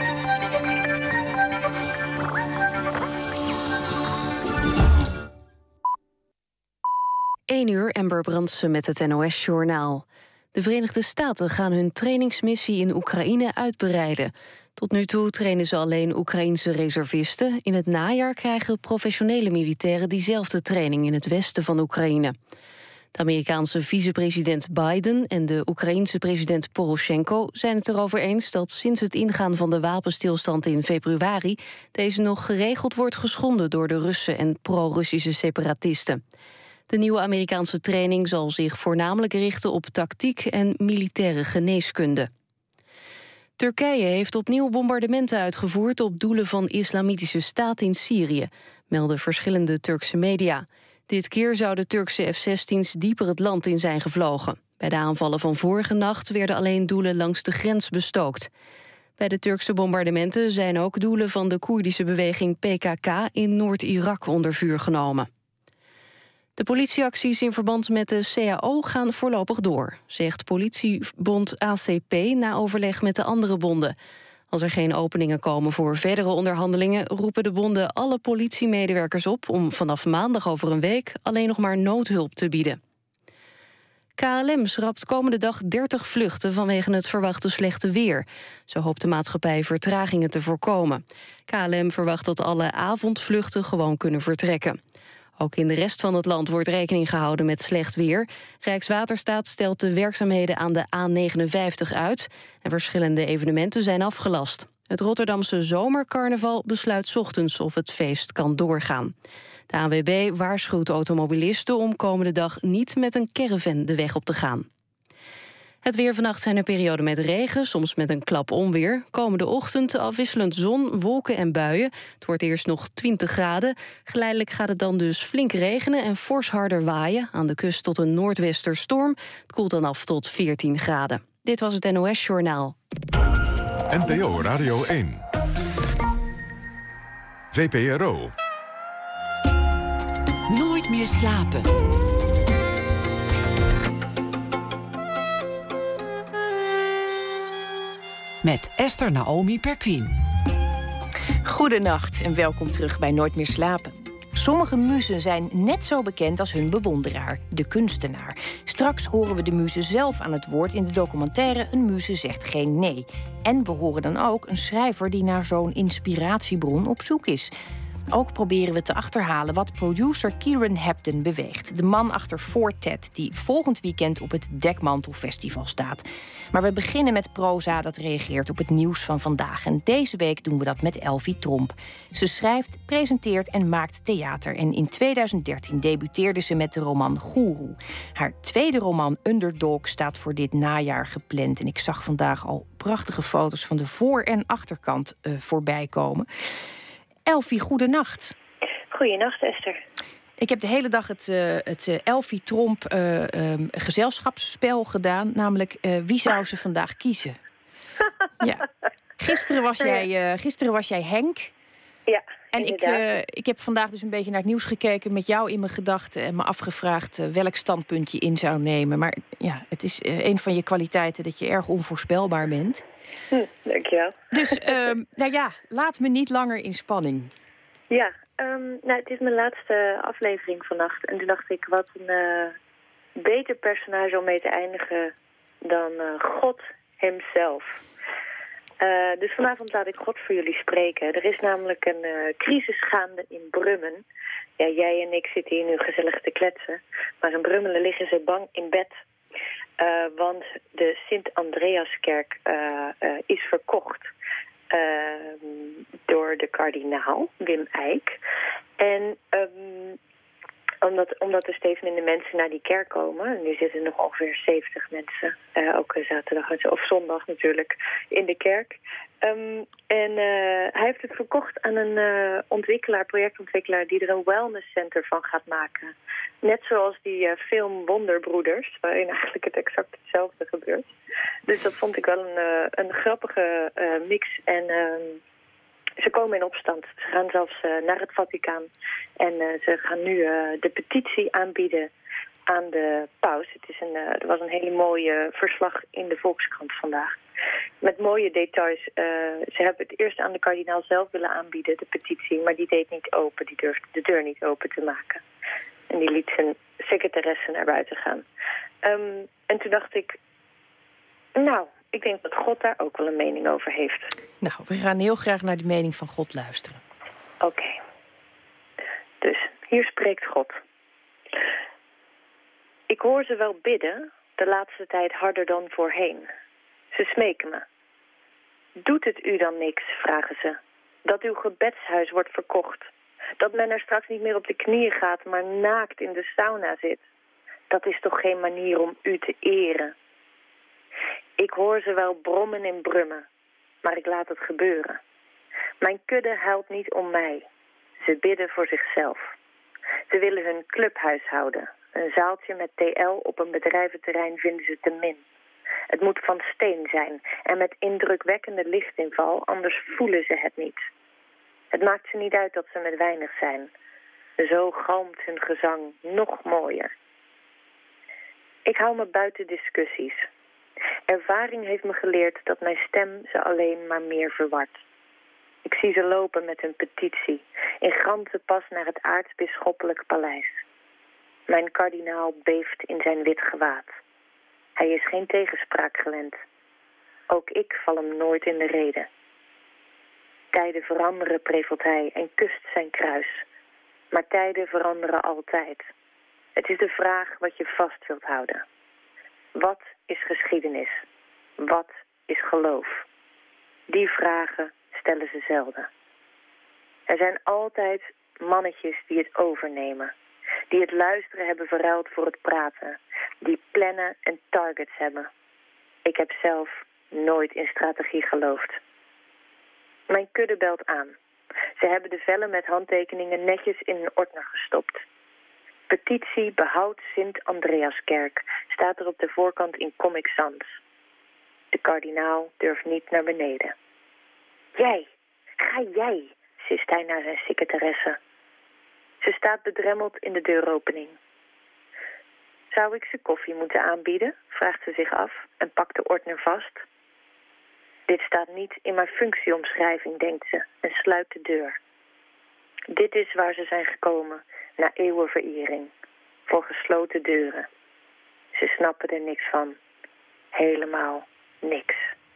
één uur, Amber Brandsen met het N O S-journaal. De Verenigde Staten gaan hun trainingsmissie in Oekraïne uitbreiden. Tot nu toe trainen ze alleen Oekraïense reservisten. In het najaar krijgen professionele militairen diezelfde training in het westen van Oekraïne. De Amerikaanse vicepresident Biden en de Oekraïense president Poroshenko zijn het erover eens dat sinds het ingaan van de wapenstilstand in februari deze nog geregeld wordt geschonden door de Russen en pro-Russische separatisten. De nieuwe Amerikaanse training zal zich voornamelijk richten op tactiek en militaire geneeskunde. Turkije heeft opnieuw bombardementen uitgevoerd op doelen van Islamitische Staat in Syrië, melden verschillende Turkse media. Dit keer zouden Turkse F zestien's dieper het land in zijn gevlogen. Bij de aanvallen van vorige nacht werden alleen doelen langs de grens bestookt. Bij de Turkse bombardementen zijn ook doelen van de Koerdische beweging P K K in Noord-Irak onder vuur genomen. De politieacties in verband met de C A O gaan voorlopig door, zegt politiebond A C P na overleg met de andere bonden. Als er geen openingen komen voor verdere onderhandelingen, roepen de bonden alle politiemedewerkers op om vanaf maandag over een week alleen nog maar noodhulp te bieden. K L M schrapt komende dag dertig vluchten vanwege het verwachte slechte weer. Zo hoopt de maatschappij vertragingen te voorkomen. K L M verwacht dat alle avondvluchten gewoon kunnen vertrekken. Ook in de rest van het land wordt rekening gehouden met slecht weer. Rijkswaterstaat stelt de werkzaamheden aan de A negenenvijftig uit en verschillende evenementen zijn afgelast. Het Rotterdamse zomercarnaval besluit 's ochtends of het feest kan doorgaan. De A N W B waarschuwt automobilisten om komende dag niet met een caravan de weg op te gaan. Het weer: vannacht zijn er perioden met regen, soms met een klap onweer. Komende ochtend afwisselend zon, wolken en buien. Het wordt eerst nog twintig graden. Geleidelijk gaat het dan dus flink regenen en fors harder waaien. Aan de kust tot een noordwesterstorm. Het koelt dan af tot veertien graden. Dit was het N O S-journaal. N P O Radio één. V P R O. Nooit meer slapen. Met Esther Naomi Perquin. Goedenacht en welkom terug bij Nooit meer slapen. Sommige muzen zijn net zo bekend als hun bewonderaar, de kunstenaar. Straks horen we de muze zelf aan het woord in de documentaire Een muze zegt geen nee. En we horen dan ook een schrijver die naar zo'n inspiratiebron op zoek is. Ook proberen we te achterhalen wat producer Kieran Hebden beweegt. De man achter Fortet, die volgend weekend op het Dekmantelfestival staat. Maar we beginnen met proza dat reageert op het nieuws van vandaag. En deze week doen we dat met Elfie Tromp. Ze schrijft, presenteert en maakt theater. En in tweeduizend dertien debuteerde ze met de roman Goeroe. Haar tweede roman Underdog staat voor dit najaar gepland. En ik zag vandaag al prachtige foto's van de voor- en achterkant uh, voorbij komen. Elfie, goedenacht. Goedenacht, Esther. Ik heb de hele dag het, uh, het uh, Elfie Tromp uh, um, gezelschapsspel gedaan. Namelijk, uh, wie zou ze vandaag kiezen? Ja. Gisteren was jij, uh, gisteren was jij Henk. Ja, en ik, uh, ik heb vandaag dus een beetje naar het nieuws gekeken met jou in mijn gedachten en me afgevraagd uh, welk standpunt je in zou nemen. Maar ja, het is uh, een van je kwaliteiten dat je erg onvoorspelbaar bent. Hm, dankjewel. Dus, uh, nou ja, laat me niet langer in spanning. Ja, um, nou, het is mijn laatste aflevering vannacht. En toen dacht ik, wat een uh, beter personage om mee te eindigen dan uh, God hemzelf. Uh, dus vanavond laat ik God voor jullie spreken. Er is namelijk een uh, crisis gaande in Brummen. Ja, jij en ik zitten hier nu gezellig te kletsen. Maar in Brummelen liggen ze bang in bed. Uh, want de Sint-Andreaskerk uh, uh, is verkocht uh, door de kardinaal, Wim Eijk. En um, omdat, omdat er steeds minder mensen naar die kerk komen, nu zitten er nog ongeveer zeventig mensen, uh, ook zaterdag of zondag natuurlijk, in de kerk. Um, en uh, hij heeft het verkocht aan een uh, ontwikkelaar, projectontwikkelaar, die er een wellness center van gaat maken. Net zoals die uh, film Wonderbroeders, waarin eigenlijk het exact hetzelfde gebeurt. Dus dat vond ik wel een, uh, een grappige uh, mix. En uh, ze komen in opstand. Ze gaan zelfs uh, naar het Vaticaan. En uh, ze gaan nu uh, de petitie aanbieden aan de paus. Het is een, uh, er was een hele mooie verslag in de Volkskrant vandaag. Met mooie details. Uh, ze hebben het eerst aan de kardinaal zelf willen aanbieden, de petitie. Maar die deed niet open. Die durfde de deur niet open te maken. En die liet zijn secretaresse naar buiten gaan. Um, en toen dacht ik... Nou, ik denk dat God daar ook wel een mening over heeft. Nou, we gaan heel graag naar de mening van God luisteren. Oké. Okay. Dus, hier spreekt God. Ik hoor ze wel bidden, de laatste tijd harder dan voorheen. Ze smeken me. Doet het u dan niks, vragen ze. Dat uw gebedshuis wordt verkocht. Dat men er straks niet meer op de knieën gaat, maar naakt in de sauna zit. Dat is toch geen manier om u te eren. Ik hoor ze wel brommen en brummen, maar ik laat het gebeuren. Mijn kudde huilt niet om mij. Ze bidden voor zichzelf. Ze willen hun clubhuis houden. Een zaaltje met T L op een bedrijventerrein vinden ze te min. Het moet van steen zijn en met indrukwekkende lichtinval, anders voelen ze het niet. Het maakt ze niet uit dat ze met weinig zijn. Zo galmt hun gezang nog mooier. Ik hou me buiten discussies. Ervaring heeft me geleerd dat mijn stem ze alleen maar meer verwart. Ik zie ze lopen met hun petitie, in grantenpas naar het aartsbisschoppelijk paleis. Mijn kardinaal beeft in zijn wit gewaad. Hij is geen tegenspraak gewend. Ook ik val hem nooit in de rede. Tijden veranderen, prevelt hij en kust zijn kruis. Maar tijden veranderen altijd. Het is de vraag wat je vast wilt houden. Wat is geschiedenis? Wat is geloof? Die vragen stellen ze zelden. Er zijn altijd mannetjes die het overnemen. Die het luisteren hebben verruild voor het praten. Die plannen en targets hebben. Ik heb zelf nooit in strategie geloofd. Mijn kudde belt aan. Ze hebben de vellen met handtekeningen netjes in een ordner gestopt. Petitie behoud Sint-Andreaskerk staat er op de voorkant in Comic Sans. De kardinaal durft niet naar beneden. Jij, ga jij, sist hij naar zijn secretaresse. Ze staat bedremmeld in de deuropening. Zou ik ze koffie moeten aanbieden? Vraagt ze zich af en pakt de ordner vast. Dit staat niet in mijn functieomschrijving, denkt ze en sluit de deur. Dit is waar ze zijn gekomen, na eeuwenverering, voor gesloten deuren. Ze snappen er niks van. Helemaal niks.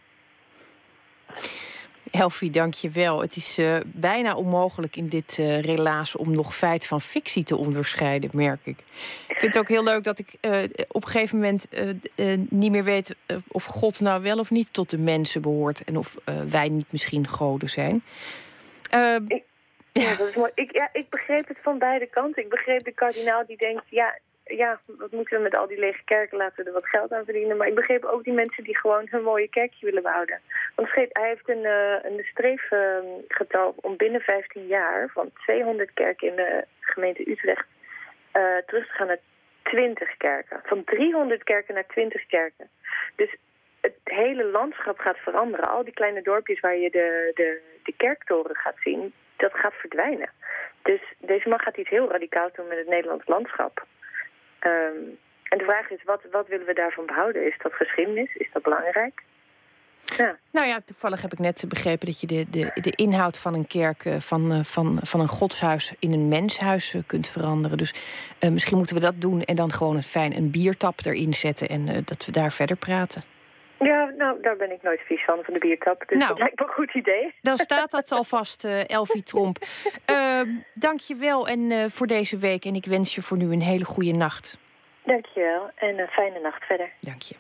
Elfie, dank je wel. Het is uh, bijna onmogelijk in dit uh, relaas om nog feit van fictie te onderscheiden, merk ik. Ik vind het ook heel leuk dat ik uh, op een gegeven moment uh, uh, niet meer weet uh, of God nou wel of niet tot de mensen behoort en of uh, wij niet misschien goden zijn. Uh, ik, ja, dat is mooi. Ik, ja, ik begreep het van beide kanten. Ik begreep de kardinaal die denkt, ja, ja, wat moeten we met al die lege kerken, laten we er wat geld aan verdienen. Maar ik begreep ook die mensen die gewoon hun mooie kerkje willen behouden. Want hij heeft een, uh, een streefgetal om binnen vijftien jaar van tweehonderd kerken in de gemeente Utrecht uh, terug te gaan naar twintig kerken. Van driehonderd kerken naar twintig kerken. Dus het hele landschap gaat veranderen. Al die kleine dorpjes waar je de, de, de kerktoren gaat zien, dat gaat verdwijnen. Dus deze man gaat iets heel radicaals doen met het Nederlands landschap. Um, en de vraag is, wat, wat willen we daarvan behouden? Is dat geschiedenis? Is dat belangrijk? Ja. Nou ja, toevallig heb ik net begrepen dat je de, de, de inhoud van een kerk, van, van, van een godshuis in een menshuis kunt veranderen. Dus uh, misschien moeten we dat doen en dan gewoon een fijn een biertap erin zetten en uh, dat we daar verder praten. Ja, nou, daar ben ik nooit vies van, van de biertap. Dus nou, dat lijkt me een goed idee. Dan staat dat alvast, uh, Elfie Tromp. Uh, dank je wel en, uh, voor deze week. En ik wens je voor nu een hele goede nacht. Dank je wel. En een fijne nacht verder. Dank je.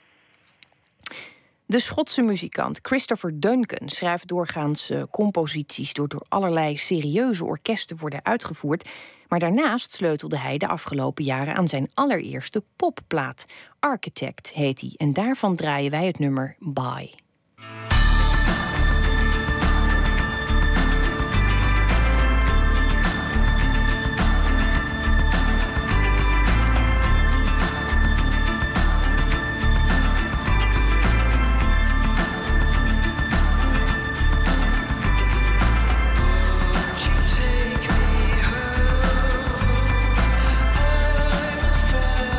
De Schotse muzikant Christopher Duncan schrijft doorgaans uh, composities door door allerlei serieuze orkesten worden uitgevoerd. Maar daarnaast sleutelde hij de afgelopen jaren aan zijn allereerste popplaat. Architect heet hij en daarvan draaien wij het nummer Bye. Take me home. I'm a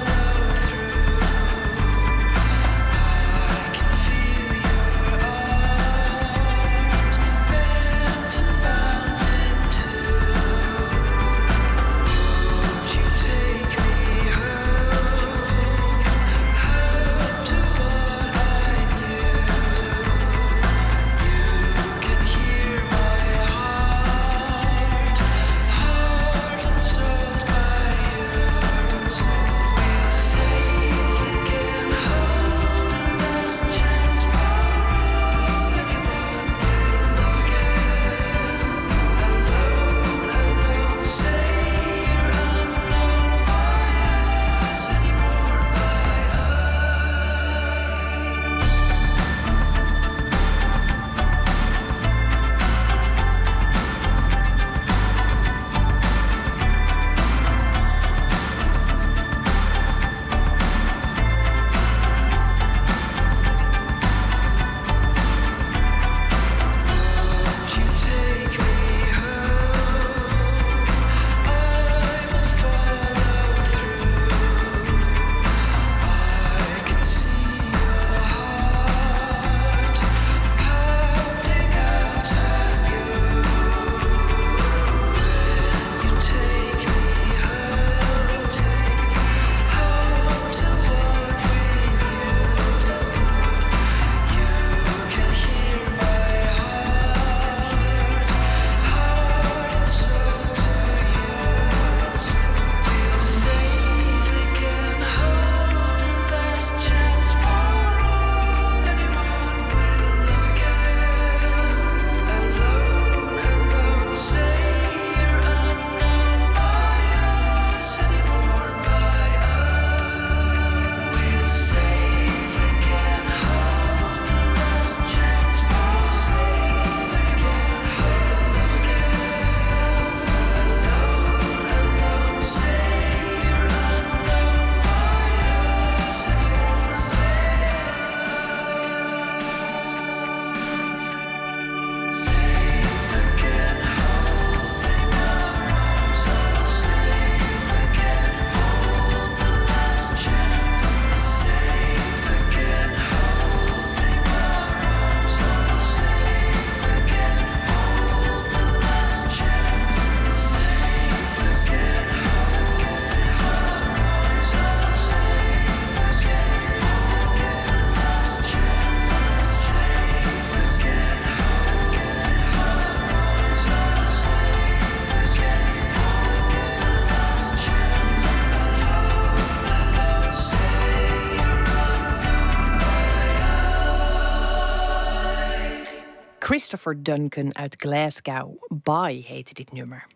Christopher Duncan uit Glasgow. Bye heette dit nummer.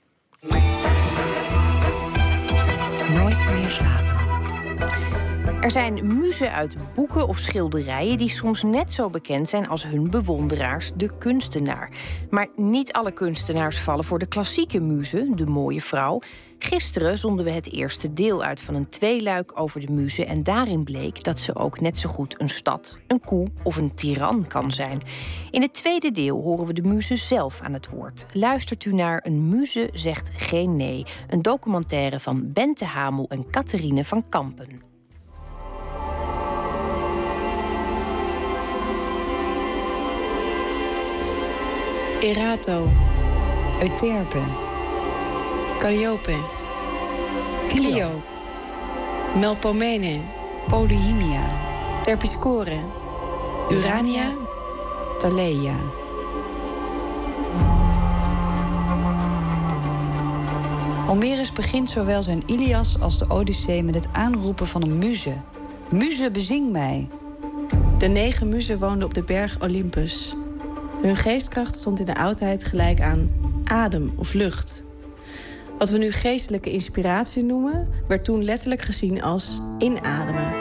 Nooit meer slapen. Er zijn muzen uit boeken of schilderijen die soms net zo bekend zijn als hun bewonderaars, de kunstenaar. Maar niet alle kunstenaars vallen voor de klassieke muze, de mooie vrouw. Gisteren zonden we het eerste deel uit van een tweeluik over de muze en daarin bleek dat ze ook net zo goed een stad, een koe of een tiran kan zijn. In het tweede deel horen we de muze zelf aan het woord. Luistert u naar Een muze zegt geen nee, een documentaire van Bente Hamel en Catherine van Kampen. Erato, Euterpe, Calliope, Clio, Melpomene, Polyhymnia, Terpsichore, Urania, Thaleia. Homerus begint zowel zijn Ilias als de Odyssee met het aanroepen van een muze. Muze, bezing mij. De negen muzen woonden op de berg Olympus. Hun geestkracht stond in de oudheid gelijk aan adem of lucht. Wat we nu geestelijke inspiratie noemen, werd toen letterlijk gezien als inademen.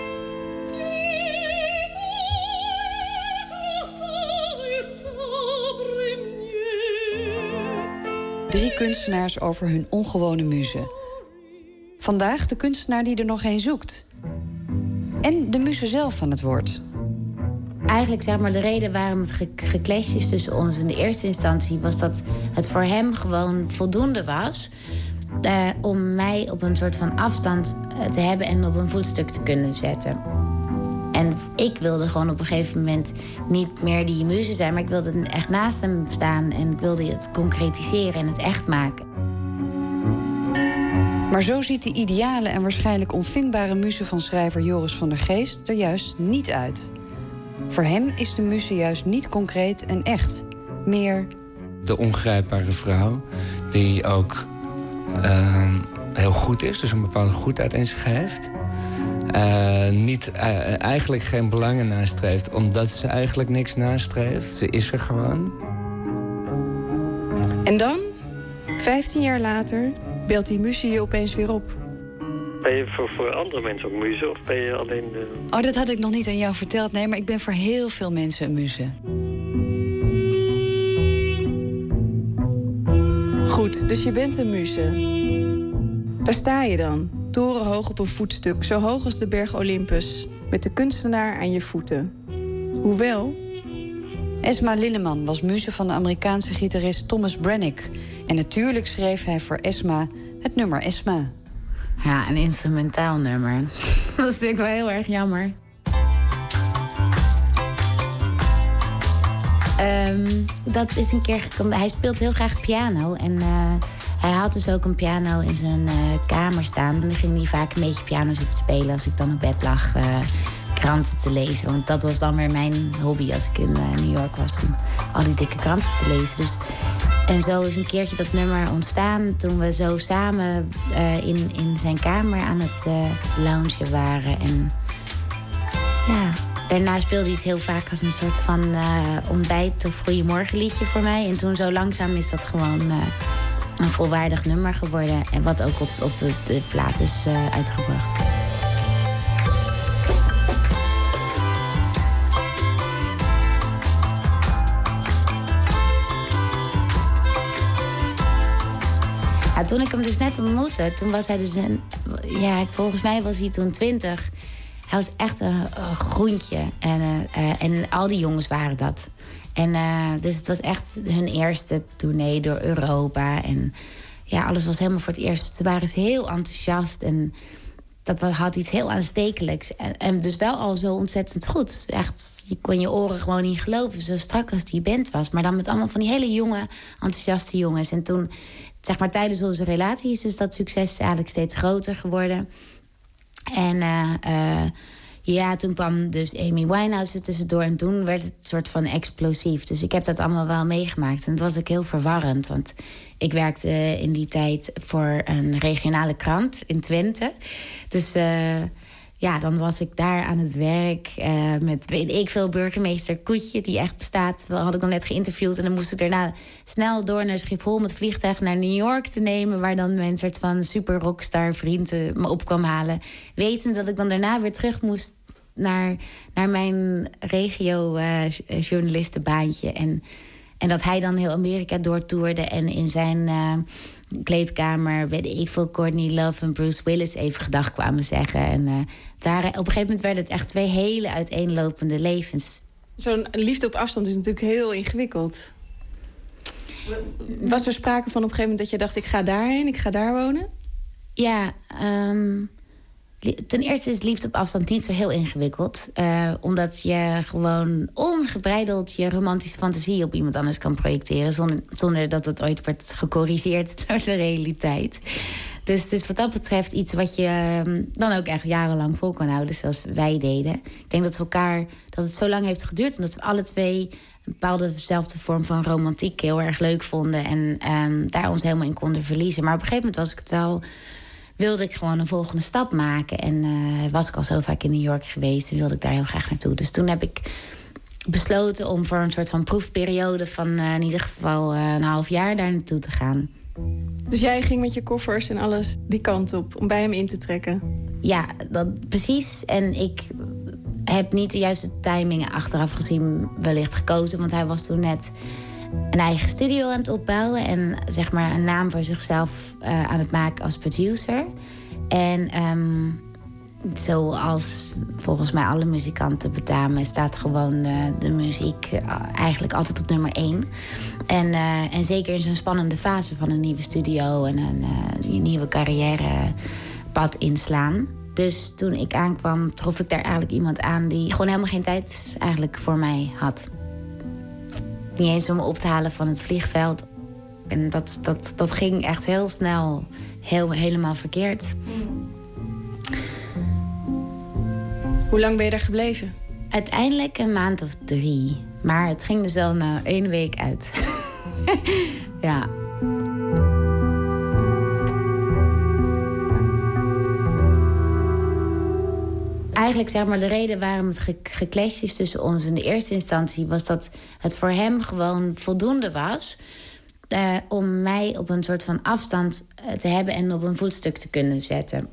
Drie kunstenaars over hun ongewone muze. Vandaag de kunstenaar die er nog een zoekt. En de muze zelf aan het woord. Eigenlijk zeg maar de reden waarom het ge- geclashed is tussen ons in de eerste instantie was dat het voor hem gewoon voldoende was uh, om mij op een soort van afstand te hebben en op een voetstuk te kunnen zetten. En ik wilde gewoon op een gegeven moment niet meer die muze zijn, maar ik wilde echt naast hem staan en ik wilde het concretiseren en het echt maken. Maar zo ziet de ideale en waarschijnlijk onvindbare muze van schrijver Joris van der Geest er juist niet uit. Voor hem is de muze juist niet concreet en echt. Meer de ongrijpbare vrouw, die ook uh, heel goed is, dus een bepaalde goedheid in zich heeft. Uh, niet, uh, eigenlijk geen belangen nastreeft, omdat ze eigenlijk niks nastreeft. Ze is er gewoon. En dan, vijftien jaar later, beeldt die muze je opeens weer op. Ben je voor, voor andere mensen ook muze of ben je alleen de... Oh, dat had ik nog niet aan jou verteld. Nee, maar ik ben voor heel veel mensen een muze. Goed, dus je bent een muze. Daar sta je dan, torenhoog op een voetstuk, zo hoog als de berg Olympus, met de kunstenaar aan je voeten. Hoewel... Esma Lilleman was muze van de Amerikaanse gitarist Thomas Brennick. En natuurlijk schreef hij voor Esma het nummer Esma. Ja, een instrumentaal nummer. Dat is natuurlijk wel heel erg jammer. Um, dat is een keer gekomen. Hij speelt heel graag piano. En uh, hij had dus ook een piano in zijn uh, kamer staan. En dan ging hij vaak een beetje piano zitten spelen als ik dan op bed lag uh, kranten te lezen. Want dat was dan weer mijn hobby als ik in uh, New York was. Om al die dikke kranten te lezen. Dus... En zo is een keertje dat nummer ontstaan toen we zo samen uh, in, in zijn kamer aan het uh, loungen waren. En ja, daarna speelde hij het heel vaak als een soort van uh, ontbijt- of goeiemorgenliedje voor mij. En toen zo langzaam is dat gewoon uh, een volwaardig nummer geworden. En wat ook op, op de, de plaat is uh, uitgebracht. Ja, toen ik hem dus net ontmoette, toen was hij dus een... Ja, volgens mij was hij toen twintig. Hij was echt een, een groentje. En, uh, uh, en al die jongens waren dat. En uh, dus het was echt hun eerste tournee door Europa. En ja, alles was helemaal voor het eerst. Ze waren heel enthousiast en dat had iets heel aanstekelijks. En, en dus wel al zo ontzettend goed. Echt, je kon je oren gewoon niet geloven, zo strak als die band was. Maar dan met allemaal van die hele jonge, enthousiaste jongens. En toen... Zeg maar tijdens onze relatie is dus dat succes eigenlijk steeds groter geworden. En uh, uh, ja, toen kwam dus Amy Winehouse er tussendoor. En toen werd het een soort van explosief. Dus ik heb dat allemaal wel meegemaakt. En het was ook heel verwarrend. Want ik werkte in die tijd voor een regionale krant in Twente. Dus uh, ja, dan was ik daar aan het werk uh, met, weet ik veel, burgemeester Koetje, die echt bestaat. We hadden ik dan net geïnterviewd en dan moest ik daarna snel door naar Schiphol om het vliegtuig naar New York te nemen, waar dan mijn soort van super rockstar vriend uh, me op kwam halen. Wetend dat ik dan daarna weer terug moest naar, naar mijn regio uh, journalistenbaantje. En, en dat hij dan heel Amerika doortoerde en in zijn uh, kleedkamer, weet ik veel, Courtney Love en Bruce Willis even gedag kwamen zeggen. En uh, daar, op een gegeven moment werden het echt twee hele uiteenlopende levens. Zo'n liefde op afstand is natuurlijk heel ingewikkeld. Was er sprake van op een gegeven moment dat je dacht, ik ga daarheen, ik ga daar wonen? Ja, um, ten eerste is liefde op afstand niet zo heel ingewikkeld. Uh, omdat je gewoon ongebreideld je romantische fantasie op iemand anders kan projecteren, Zonder, zonder dat het ooit wordt gecorrigeerd door de realiteit. Dus het is wat dat betreft iets wat je um, dan ook echt jarenlang vol kan houden, zoals wij deden. Ik denk dat we elkaar, dat het zo lang heeft geduurd en dat we alle twee een bepaalde dezelfde vorm van romantiek heel erg leuk vonden en um, daar ons helemaal in konden verliezen. Maar op een gegeven moment was ik het wel, wilde ik gewoon een volgende stap maken. En uh, was ik al zo vaak in New York geweest en wilde ik daar heel graag naartoe. Dus toen heb ik besloten om voor een soort van proefperiode van uh, in ieder geval uh, een half jaar daar naartoe te gaan. Dus jij ging met je koffers en alles die kant op om bij hem in te trekken? Ja, dat, precies. En ik heb niet de juiste timing achteraf gezien wellicht gekozen. Want hij was toen net een eigen studio aan het opbouwen en zeg maar een naam voor zichzelf uh, aan het maken als producer. En um, zoals volgens mij alle muzikanten betamen, staat gewoon uh, de muziek uh, eigenlijk altijd op nummer één. En, uh, en zeker in zo'n spannende fase van een nieuwe studio en een uh, nieuwe carrièrepad inslaan. Dus toen ik aankwam, trof ik daar eigenlijk iemand aan die gewoon helemaal geen tijd eigenlijk voor mij had. Niet eens om me op te halen van het vliegveld. En dat, dat, dat ging echt heel snel heel, helemaal verkeerd. Hoe lang ben je daar gebleven? Uiteindelijk een maand of drie. Maar het ging dus al na één week uit. Ja. Eigenlijk zeg maar de reden waarom het ge- geclashed is tussen ons in de eerste instantie was dat het voor hem gewoon voldoende was uh, om mij op een soort van afstand te hebben en op een voetstuk te kunnen zetten.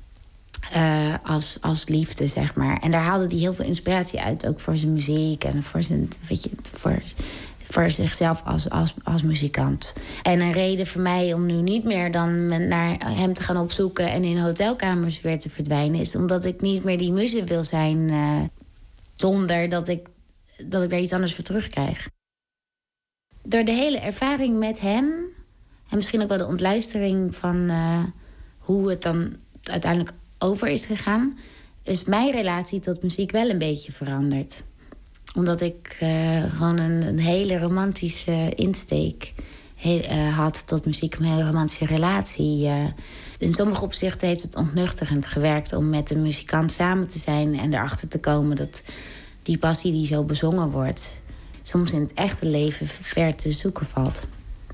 Uh, als, als liefde, zeg maar. En daar haalde hij heel veel inspiratie uit, ook voor zijn muziek en voor, zijn, weet je, voor, voor zichzelf als, als, als muzikant. En een reden voor mij om nu niet meer dan naar hem te gaan opzoeken en in hotelkamers weer te verdwijnen, is omdat ik niet meer die muze wil zijn uh, zonder dat ik, dat ik daar iets anders voor terugkrijg. Door de hele ervaring met hem en misschien ook wel de ontluistering van uh, hoe het dan uiteindelijk over is gegaan, is mijn relatie tot muziek wel een beetje veranderd. Omdat ik uh, gewoon een, een hele romantische insteek he, uh, had tot muziek, een hele romantische relatie. Uh, in sommige opzichten heeft het ontnuchterend gewerkt om met een muzikant samen te zijn en erachter te komen dat die passie die zo bezongen wordt soms in het echte leven ver te zoeken valt.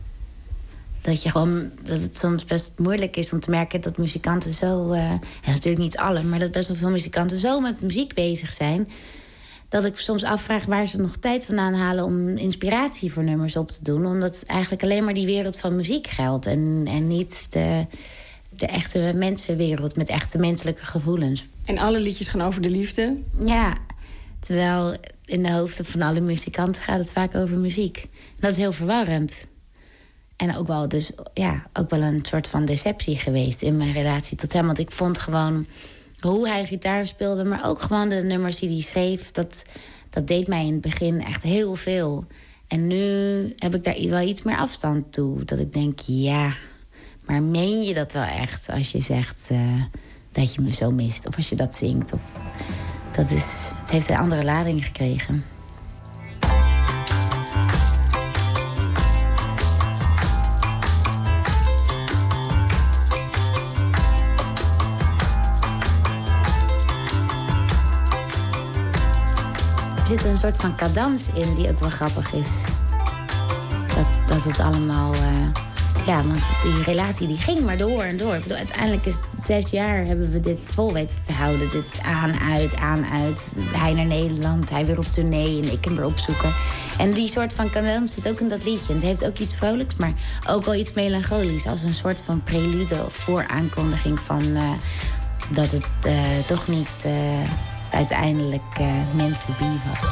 Dat, je gewoon, dat het soms best moeilijk is om te merken dat muzikanten zo, Uh, en natuurlijk niet alle, maar dat best wel veel muzikanten zo met muziek bezig zijn, dat ik soms afvraag waar ze nog tijd vandaan halen om inspiratie voor nummers op te doen. Omdat eigenlijk alleen maar die wereld van muziek geldt en, en niet de, de echte mensenwereld met echte menselijke gevoelens. En alle liedjes gaan over de liefde? Ja, terwijl in de hoofden van alle muzikanten gaat het vaak over muziek. En dat is heel verwarrend. En ook wel, dus, ja, ook wel een soort van deceptie geweest in mijn relatie tot hem. Want ik vond gewoon hoe hij gitaar speelde, maar ook gewoon de nummers die hij schreef, dat, dat deed mij in het begin echt heel veel. En nu heb ik daar wel iets meer afstand toe. Dat ik denk, ja, maar meen je dat wel echt als je zegt uh, dat je me zo mist? Of als je dat zingt? Of, dat is, het heeft een andere lading gekregen. Er zit een soort van cadans in die ook wel grappig is. Dat, dat het allemaal uh, Ja, want die relatie die ging maar door en door. Ik bedoel, uiteindelijk is het zes jaar hebben we dit vol weten te houden. Dit aan, uit, aan, uit. Hij naar Nederland, hij weer op tournee en ik hem weer opzoeken. En die soort van cadans zit ook in dat liedje. En het heeft ook iets vrolijks, maar ook wel iets melancholisch. Als een soort van prelude of vooraankondiging van uh, dat het uh, toch niet uh, uiteindelijk uh, meant to be was.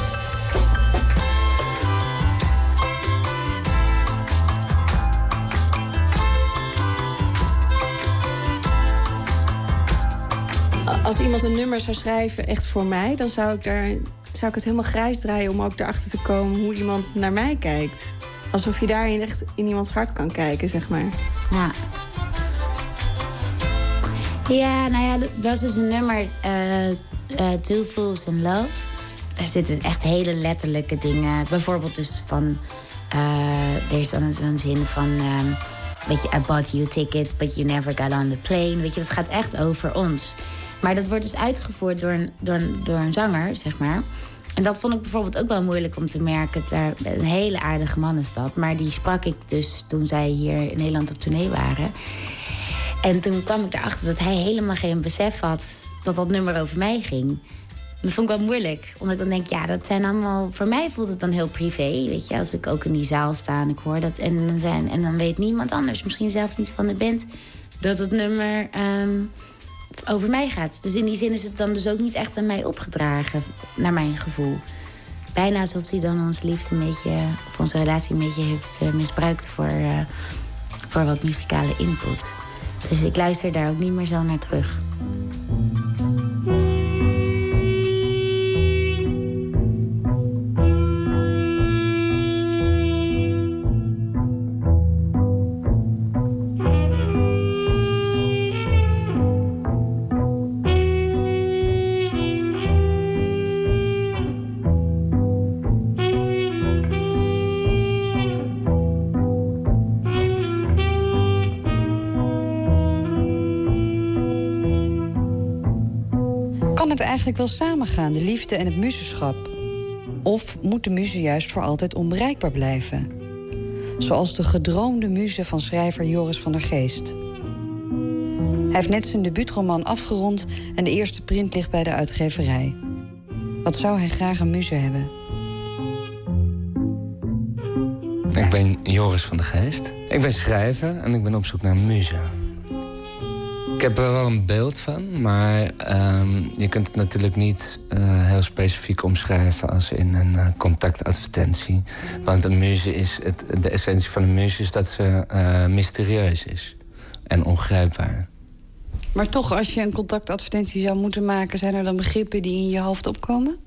Als iemand een nummer zou schrijven, echt voor mij, dan zou ik, daar, zou ik het helemaal grijs draaien om ook erachter te komen hoe iemand naar mij kijkt. Alsof je daarin echt in iemands hart kan kijken, zeg maar. Ja. Ja, nou ja, dat was dus een nummer, uh, uh, Two Fools in Love. Daar zitten echt hele letterlijke dingen. Bijvoorbeeld dus van, uh, er is dan zo'n zin van, um, weet je, I bought you a ticket, but you never got on the plane. Weet je, dat gaat echt over ons. Maar dat wordt dus uitgevoerd door een, door, een, door een zanger, zeg maar. En dat vond ik bijvoorbeeld ook wel moeilijk om te merken. Daar, een hele aardige man is dat. Maar die sprak ik dus toen zij hier in Nederland op tournee waren. En toen kwam ik erachter dat hij helemaal geen besef had dat dat nummer over mij ging. Dat vond ik wel moeilijk. Omdat ik dan denk, ja, dat zijn allemaal... Voor mij voelt het dan heel privé, weet je. Als ik ook in die zaal sta en ik hoor dat. En dan, zijn, en dan weet niemand anders, misschien zelfs niet van de band, dat het nummer um, over mij gaat. Dus in die zin is het dan dus ook niet echt aan mij opgedragen, naar mijn gevoel. Bijna alsof hij dan onze liefde een beetje, of onze relatie een beetje heeft uh, misbruikt voor, uh, voor wat muzikale input. Dus ik luister daar ook niet meer zo naar terug. Kan het eigenlijk wel samengaan, de liefde en het muzenschap? Of moet de muze juist voor altijd onbereikbaar blijven? Zoals de gedroomde muze van schrijver Joris van der Geest. Hij heeft net zijn debuutroman afgerond en de eerste print ligt bij de uitgeverij. Wat zou hij graag een muze hebben? Ik ben Joris van der Geest. Ik ben schrijver en ik ben op zoek naar een muze. Ik heb er wel een beeld van, maar um, je kunt het natuurlijk niet uh, heel specifiek omschrijven als in een uh, contactadvertentie. Want een muze is, het, de essentie van een muze is dat ze uh, mysterieus is en ongrijpbaar. Maar toch, als je een contactadvertentie zou moeten maken, zijn er dan begrippen die in je hoofd opkomen?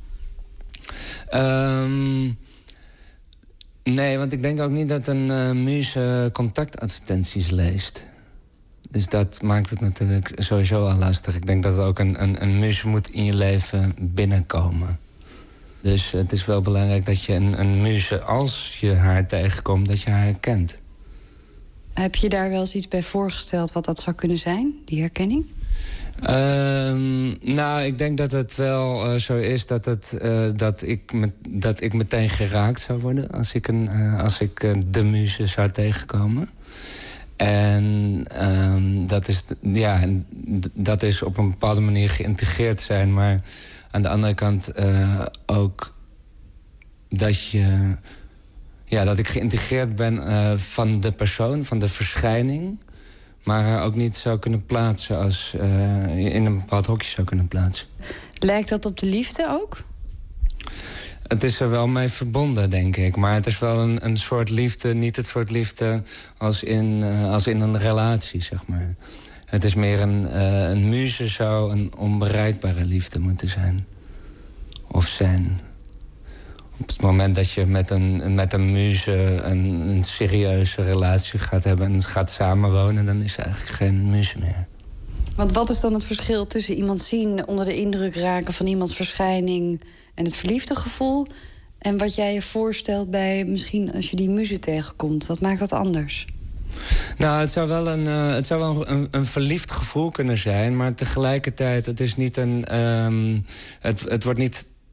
Um, nee, want ik denk ook niet dat een uh, muze contactadvertenties leest. Dus dat maakt het natuurlijk sowieso al lastig. Ik denk dat ook een, een, een muze moet in je leven binnenkomen. Dus het is wel belangrijk dat je een, een muze, als je haar tegenkomt, dat je haar herkent. Heb je daar wel eens iets bij voorgesteld wat dat zou kunnen zijn, die herkenning? Um, nou, ik denk dat het wel uh, zo is dat, het, uh, dat, ik met, dat ik meteen geraakt zou worden als ik, een, uh, als ik uh, de muze zou tegenkomen. En um, dat, is, ja, dat is op een bepaalde manier geïntegreerd zijn. Maar aan de andere kant uh, ook dat, je, ja, dat ik geïntegreerd ben uh, van de persoon, van de verschijning. Maar haar ook niet zou kunnen plaatsen als uh, in een bepaald hokje zou kunnen plaatsen. Lijkt dat op de liefde ook? Het is er wel mee verbonden, denk ik. Maar het is wel een, een soort liefde, niet het soort liefde als in, uh, als in een relatie, zeg maar. Het is meer een, uh, een muze zou een onbereikbare liefde moeten zijn. Of zijn. Op het moment dat je met een, met een muze een, een serieuze relatie gaat hebben en gaat samenwonen, dan is er eigenlijk geen muze meer. Want wat is dan het verschil tussen iemand zien, onder de indruk raken van iemands verschijning en het verliefde gevoel, en wat jij je voorstelt bij misschien als je die muze tegenkomt? Wat maakt dat anders? Nou, het zou wel een, uh, het zou wel een, een verliefd gevoel kunnen zijn, maar tegelijkertijd, het is niet een. Um, het, het wordt niet. Het,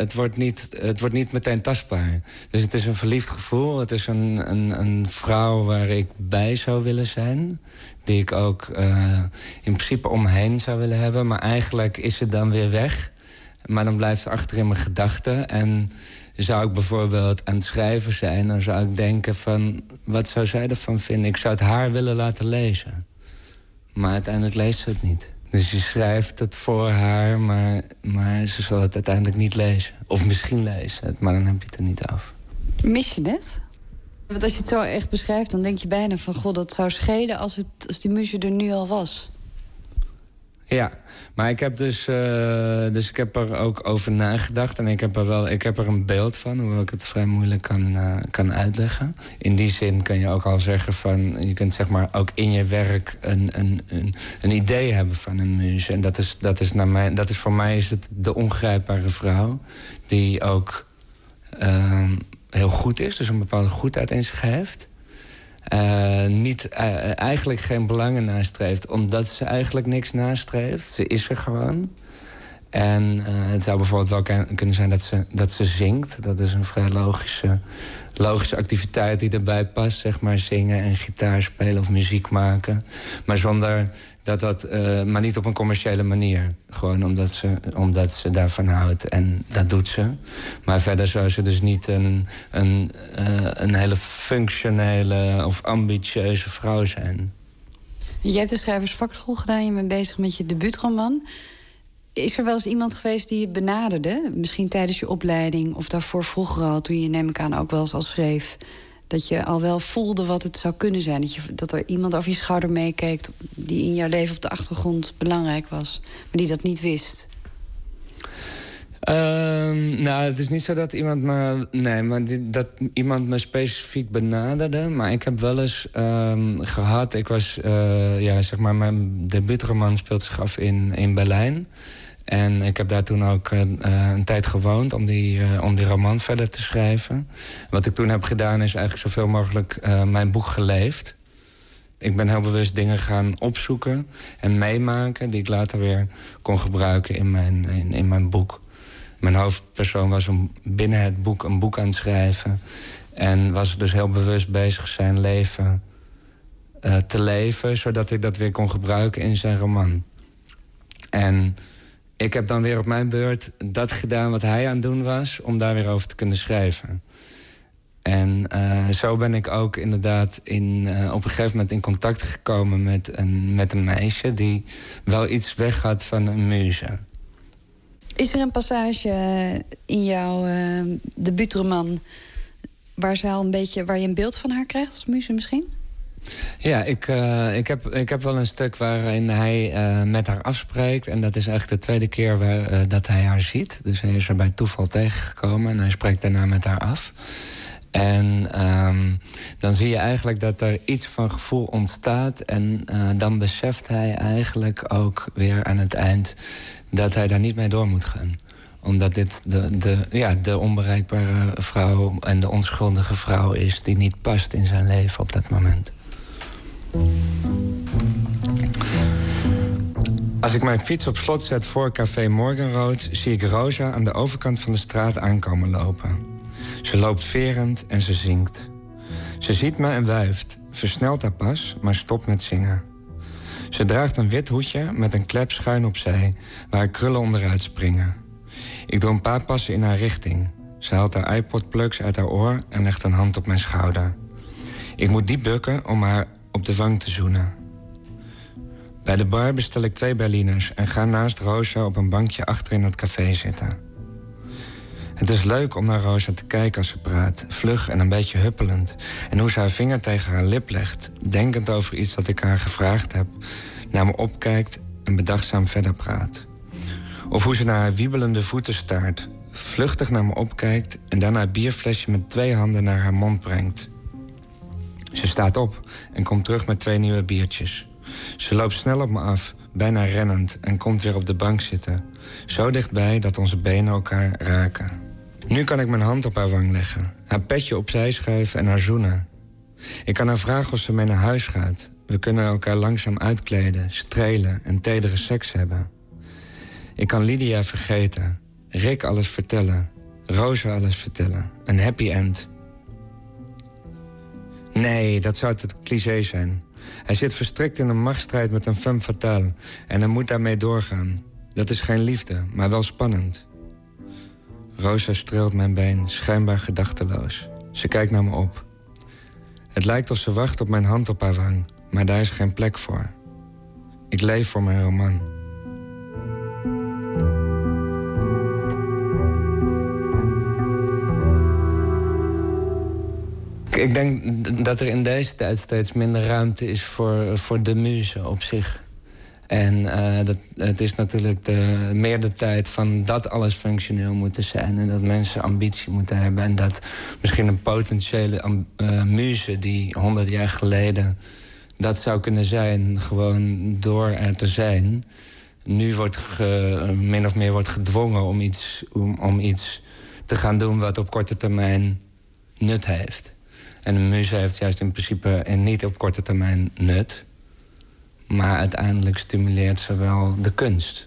het, wordt niet, het wordt niet meteen tastbaar. Dus het is een verliefd gevoel. Het is een, een, een vrouw waar ik bij zou willen zijn. Die ik ook uh, in principe om me heen zou willen hebben. Maar eigenlijk is ze dan weer weg. Maar dan blijft ze achter in mijn gedachten. En zou ik bijvoorbeeld aan het schrijven zijn... dan zou ik denken van, wat zou zij ervan vinden? Ik zou het haar willen laten lezen. Maar uiteindelijk leest ze het niet. Dus je schrijft het voor haar, maar, maar ze zal het uiteindelijk niet lezen. Of misschien lezen het, maar dan heb je het er niet af. Mis je het? Want als je het zo echt beschrijft, dan denk je bijna van... god, dat zou schelen als, het, als die muze er nu al was. Ja, maar ik heb dus, uh, dus ik heb er ook over nagedacht. En ik heb er wel, ik heb er een beeld van, hoewel ik het vrij moeilijk kan, uh, kan uitleggen. In die zin kan je ook al zeggen van, je kunt zeg maar ook in je werk een, een, een, een idee hebben van een muze. En dat is, dat is, naar mij, dat is voor mij is het de ongrijpbare vrouw die ook uh, heel goed is, dus een bepaalde goedheid in zich heeft. Uh, niet, uh, eigenlijk geen belangen nastreeft, omdat ze eigenlijk niks nastreeft. Ze is er gewoon. En uh, het zou bijvoorbeeld wel kan, kunnen zijn dat ze, dat ze zingt. Dat is een vrij logische, logische activiteit die erbij past. Zeg maar zingen en gitaar spelen of muziek maken. Maar zonder dat dat, uh, maar niet op een commerciële manier. Gewoon omdat ze, omdat ze daarvan houdt. En dat doet ze. Maar verder zou ze dus niet een, een, uh, een hele functionele of ambitieuze vrouw zijn. Jij hebt de schrijversvakschool gedaan. Je bent bezig met je debuutroman. Is er wel eens iemand geweest die je benaderde? Misschien tijdens je opleiding of daarvoor vroeger al... toen je, neem ik aan, ook wel eens al schreef... dat je al wel voelde wat het zou kunnen zijn. Dat, je, dat er iemand over je schouder meekeek... die in jouw leven op de achtergrond belangrijk was... maar die dat niet wist. Uh, nou, het is niet zo dat iemand me... Nee, maar die, dat iemand me specifiek benaderde. Maar ik heb wel eens um, gehad... Ik was, uh, ja, zeg maar, mijn debuutroman speelt zich af in, in Berlijn. En ik heb daar toen ook uh, een tijd gewoond om die, uh, om die roman verder te schrijven. Wat ik toen heb gedaan is eigenlijk zoveel mogelijk uh, mijn boek geleefd. Ik ben heel bewust dingen gaan opzoeken en meemaken... die ik later weer kon gebruiken in mijn, in, in mijn boek. Mijn hoofdpersoon was om binnen het boek een boek aan het schrijven. En was dus heel bewust bezig zijn leven uh, te leven... zodat ik dat weer kon gebruiken in zijn roman. En ik heb dan weer op mijn beurt dat gedaan wat hij aan het doen was... om daar weer over te kunnen schrijven. En uh, zo ben ik ook inderdaad in, uh, op een gegeven moment in contact gekomen... met een, met een meisje die wel iets weg had van een muze. Is er een passage in jouw uh, debuutroman... waar, ze al een beetje, waar je een beeld van haar krijgt als muze misschien? Ja, ik, uh, ik, heb, ik heb wel een stuk waarin hij uh, met haar afspreekt. En dat is eigenlijk de tweede keer waar, uh, dat hij haar ziet. Dus hij is er bij toeval tegengekomen en hij spreekt daarna met haar af. En um, dan zie je eigenlijk dat er iets van gevoel ontstaat. En uh, dan beseft hij eigenlijk ook weer aan het eind... dat hij daar niet mee door moet gaan. Omdat dit de, de, ja, de onbereikbare vrouw en de onschuldige vrouw is... die niet past in zijn leven op dat moment. Als ik mijn fiets op slot zet voor café Morgenrood... zie ik Rosa aan de overkant van de straat aankomen lopen. Ze loopt verend en ze zingt. Ze ziet me en wuift, versnelt haar pas, maar stopt met zingen. Ze draagt een wit hoedje met een klep schuin opzij... waar haar krullen onderuit springen. Ik doe een paar passen in haar richting. Ze haalt haar iPod-plugs uit haar oor en legt een hand op mijn schouder. Ik moet diep bukken om haar op de wang te zoenen. Bij de bar bestel ik twee Berliners... en ga naast Rosa op een bankje achter in het café zitten. Het is leuk om naar Rosa te kijken als ze praat. Vlug en een beetje huppelend. En hoe ze haar vinger tegen haar lip legt... denkend over iets dat ik haar gevraagd heb... naar me opkijkt en bedachtzaam verder praat. Of hoe ze naar haar wiebelende voeten staart... vluchtig naar me opkijkt... en daarna het bierflesje met twee handen naar haar mond brengt. Ze staat op en komt terug met twee nieuwe biertjes. Ze loopt snel op me af, bijna rennend... en komt weer op de bank zitten. Zo dichtbij dat onze benen elkaar raken. Nu kan ik mijn hand op haar wang leggen... haar petje opzij schuiven en haar zoenen. Ik kan haar vragen of ze mee naar huis gaat. We kunnen elkaar langzaam uitkleden, strelen en tedere seks hebben. Ik kan Lydia vergeten. Rick alles vertellen. Rosa alles vertellen. Een happy end. Nee, dat zou het cliché zijn. Hij zit verstrikt in een machtsstrijd met een femme fatale. En hij moet daarmee doorgaan. Dat is geen liefde, maar wel spannend. Rosa streelt mijn been, schijnbaar gedachteloos. Ze kijkt naar me op. Het lijkt of ze wacht op mijn hand op haar wang. Maar daar is geen plek voor. Ik leef voor mijn roman. Ik denk dat er in deze tijd steeds minder ruimte is voor, voor de muze op zich. En uh, dat, het is natuurlijk de, meer de tijd van dat alles functioneel moet zijn. En dat mensen ambitie moeten hebben. En dat misschien een potentiële uh, muze die honderd jaar geleden dat zou kunnen zijn, gewoon door er te zijn, nu wordt ge, min of meer wordt gedwongen om iets, om, om iets te gaan doen wat op korte termijn nut heeft. En een muze heeft juist in principe niet op korte termijn nut, maar uiteindelijk stimuleert ze wel de kunst.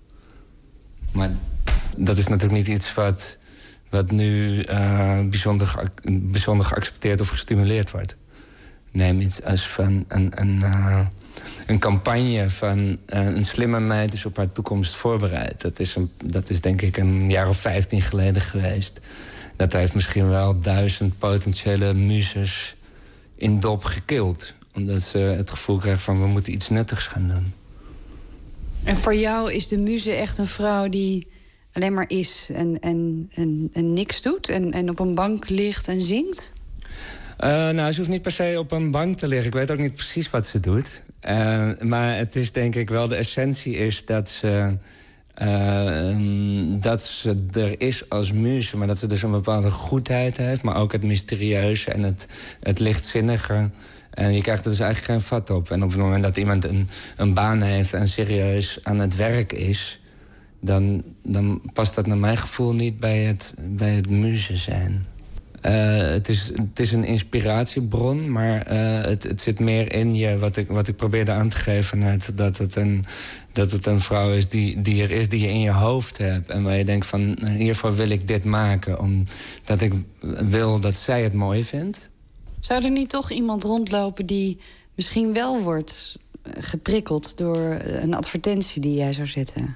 Maar dat is natuurlijk niet iets wat, wat nu uh, bijzonder, ge, bijzonder geaccepteerd of gestimuleerd wordt. Neem iets als van een, een, uh, een campagne van uh, een slimme meid is op haar toekomst voorbereid. Dat is, een, dat is denk ik een jaar of vijftien geleden geweest. Dat heeft misschien wel duizend potentiële muzes in dop gekild. Omdat ze het gevoel krijgen van we moeten iets nuttigs gaan doen. En voor jou is de muze echt een vrouw die alleen maar is en, en, en, en niks doet en, en op een bank ligt en zingt? Uh, nou, ze hoeft niet per se op een bank te liggen. Ik weet ook niet precies wat ze doet. Uh, maar het is denk ik wel de essentie is dat ze, uh, dat ze er is als muze, maar dat ze dus een bepaalde goedheid heeft, maar ook het mysterieuze en het, het lichtzinnige. En je krijgt er dus eigenlijk geen vat op. En op het moment dat iemand een, een baan heeft en serieus aan het werk is, dan, dan past dat naar mijn gevoel niet bij het, bij het muze zijn. Uh, het, is, het is een inspiratiebron, maar uh, het, het zit meer in je. Wat ik, wat ik probeerde aan te geven, net, dat, het een, dat het een vrouw is die, die er is, die je in je hoofd hebt. En waar je denkt van, hiervoor wil ik dit maken, omdat ik wil dat zij het mooi vindt. Zou er niet toch iemand rondlopen die misschien wel wordt geprikkeld door een advertentie die jij zou zetten?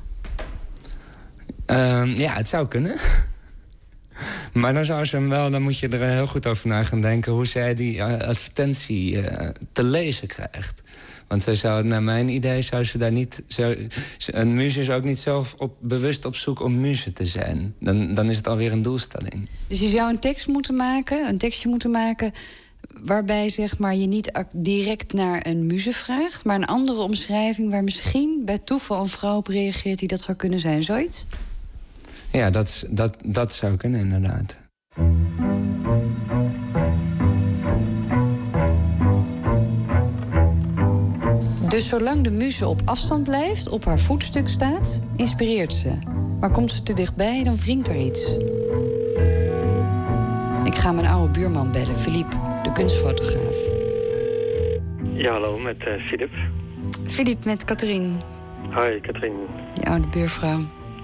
Uh, ja, het zou kunnen. Maar dan zou ze hem wel, dan moet je er heel goed over na gaan denken hoe zij die uh, advertentie uh, te lezen krijgt. Want zij zou, naar mijn idee zou ze daar niet. Zou, een muze is ook niet zelf op, bewust op zoek om muze te zijn. Dan, dan is het alweer een doelstelling. Dus je zou een tekst moeten maken, een tekstje moeten maken, waarbij zeg maar, je niet direct naar een muze vraagt, maar een andere omschrijving waar misschien bij toeval een vrouw op reageert die dat zou kunnen zijn. Zoiets? Ja, dat, dat, dat zou kunnen, inderdaad. Dus zolang de muze op afstand blijft, op haar voetstuk staat, inspireert ze. Maar komt ze te dichtbij, dan wringt er iets. Ik ga mijn oude buurman bellen, Philippe, de kunstfotograaf. Ja, hallo, met uh, Philippe. Philippe, met Catherine. Hoi, Catherine. Je oude buurvrouw.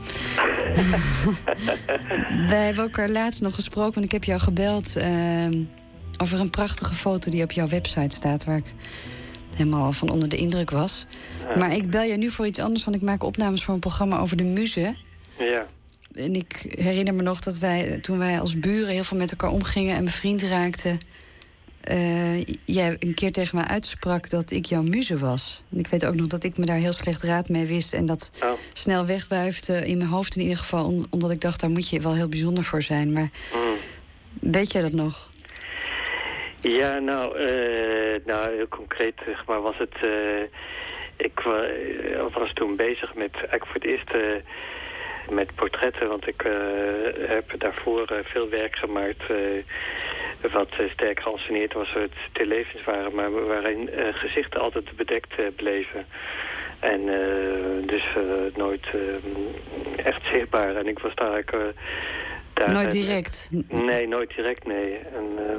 Wij hebben elkaar laatst nog gesproken, want ik heb jou gebeld uh, over een prachtige foto die op jouw website staat, waar ik helemaal van onder de indruk was. Ja. Maar ik bel je nu voor iets anders, want ik maak opnames voor een programma over de muze. Ja. En ik herinner me nog dat wij, toen wij als buren heel veel met elkaar omgingen en bevriend raakten, Uh, jij een keer tegen mij uitsprak dat ik jouw muze was. En ik weet ook nog dat ik me daar heel slecht raad mee wist en dat oh. snel wegwuifde in mijn hoofd in ieder geval, on, omdat ik dacht, daar moet je wel heel bijzonder voor zijn. Maar mm. weet jij dat nog? Ja, nou, uh, nou heel concreet zeg maar, was het. Uh, ik uh, was toen bezig met eigenlijk voor het eerst uh, met portretten, want ik uh, heb daarvoor uh, veel werk gemaakt. Uh, wat uh, sterk geanceneerd was, het te levens waren, maar waarin uh, gezichten altijd bedekt uh, bleven. En uh, dus uh, nooit uh, echt zichtbaar. En ik was daar eigenlijk... Uh, daar, nooit direct? Uh, nee, nooit direct, nee. En, uh,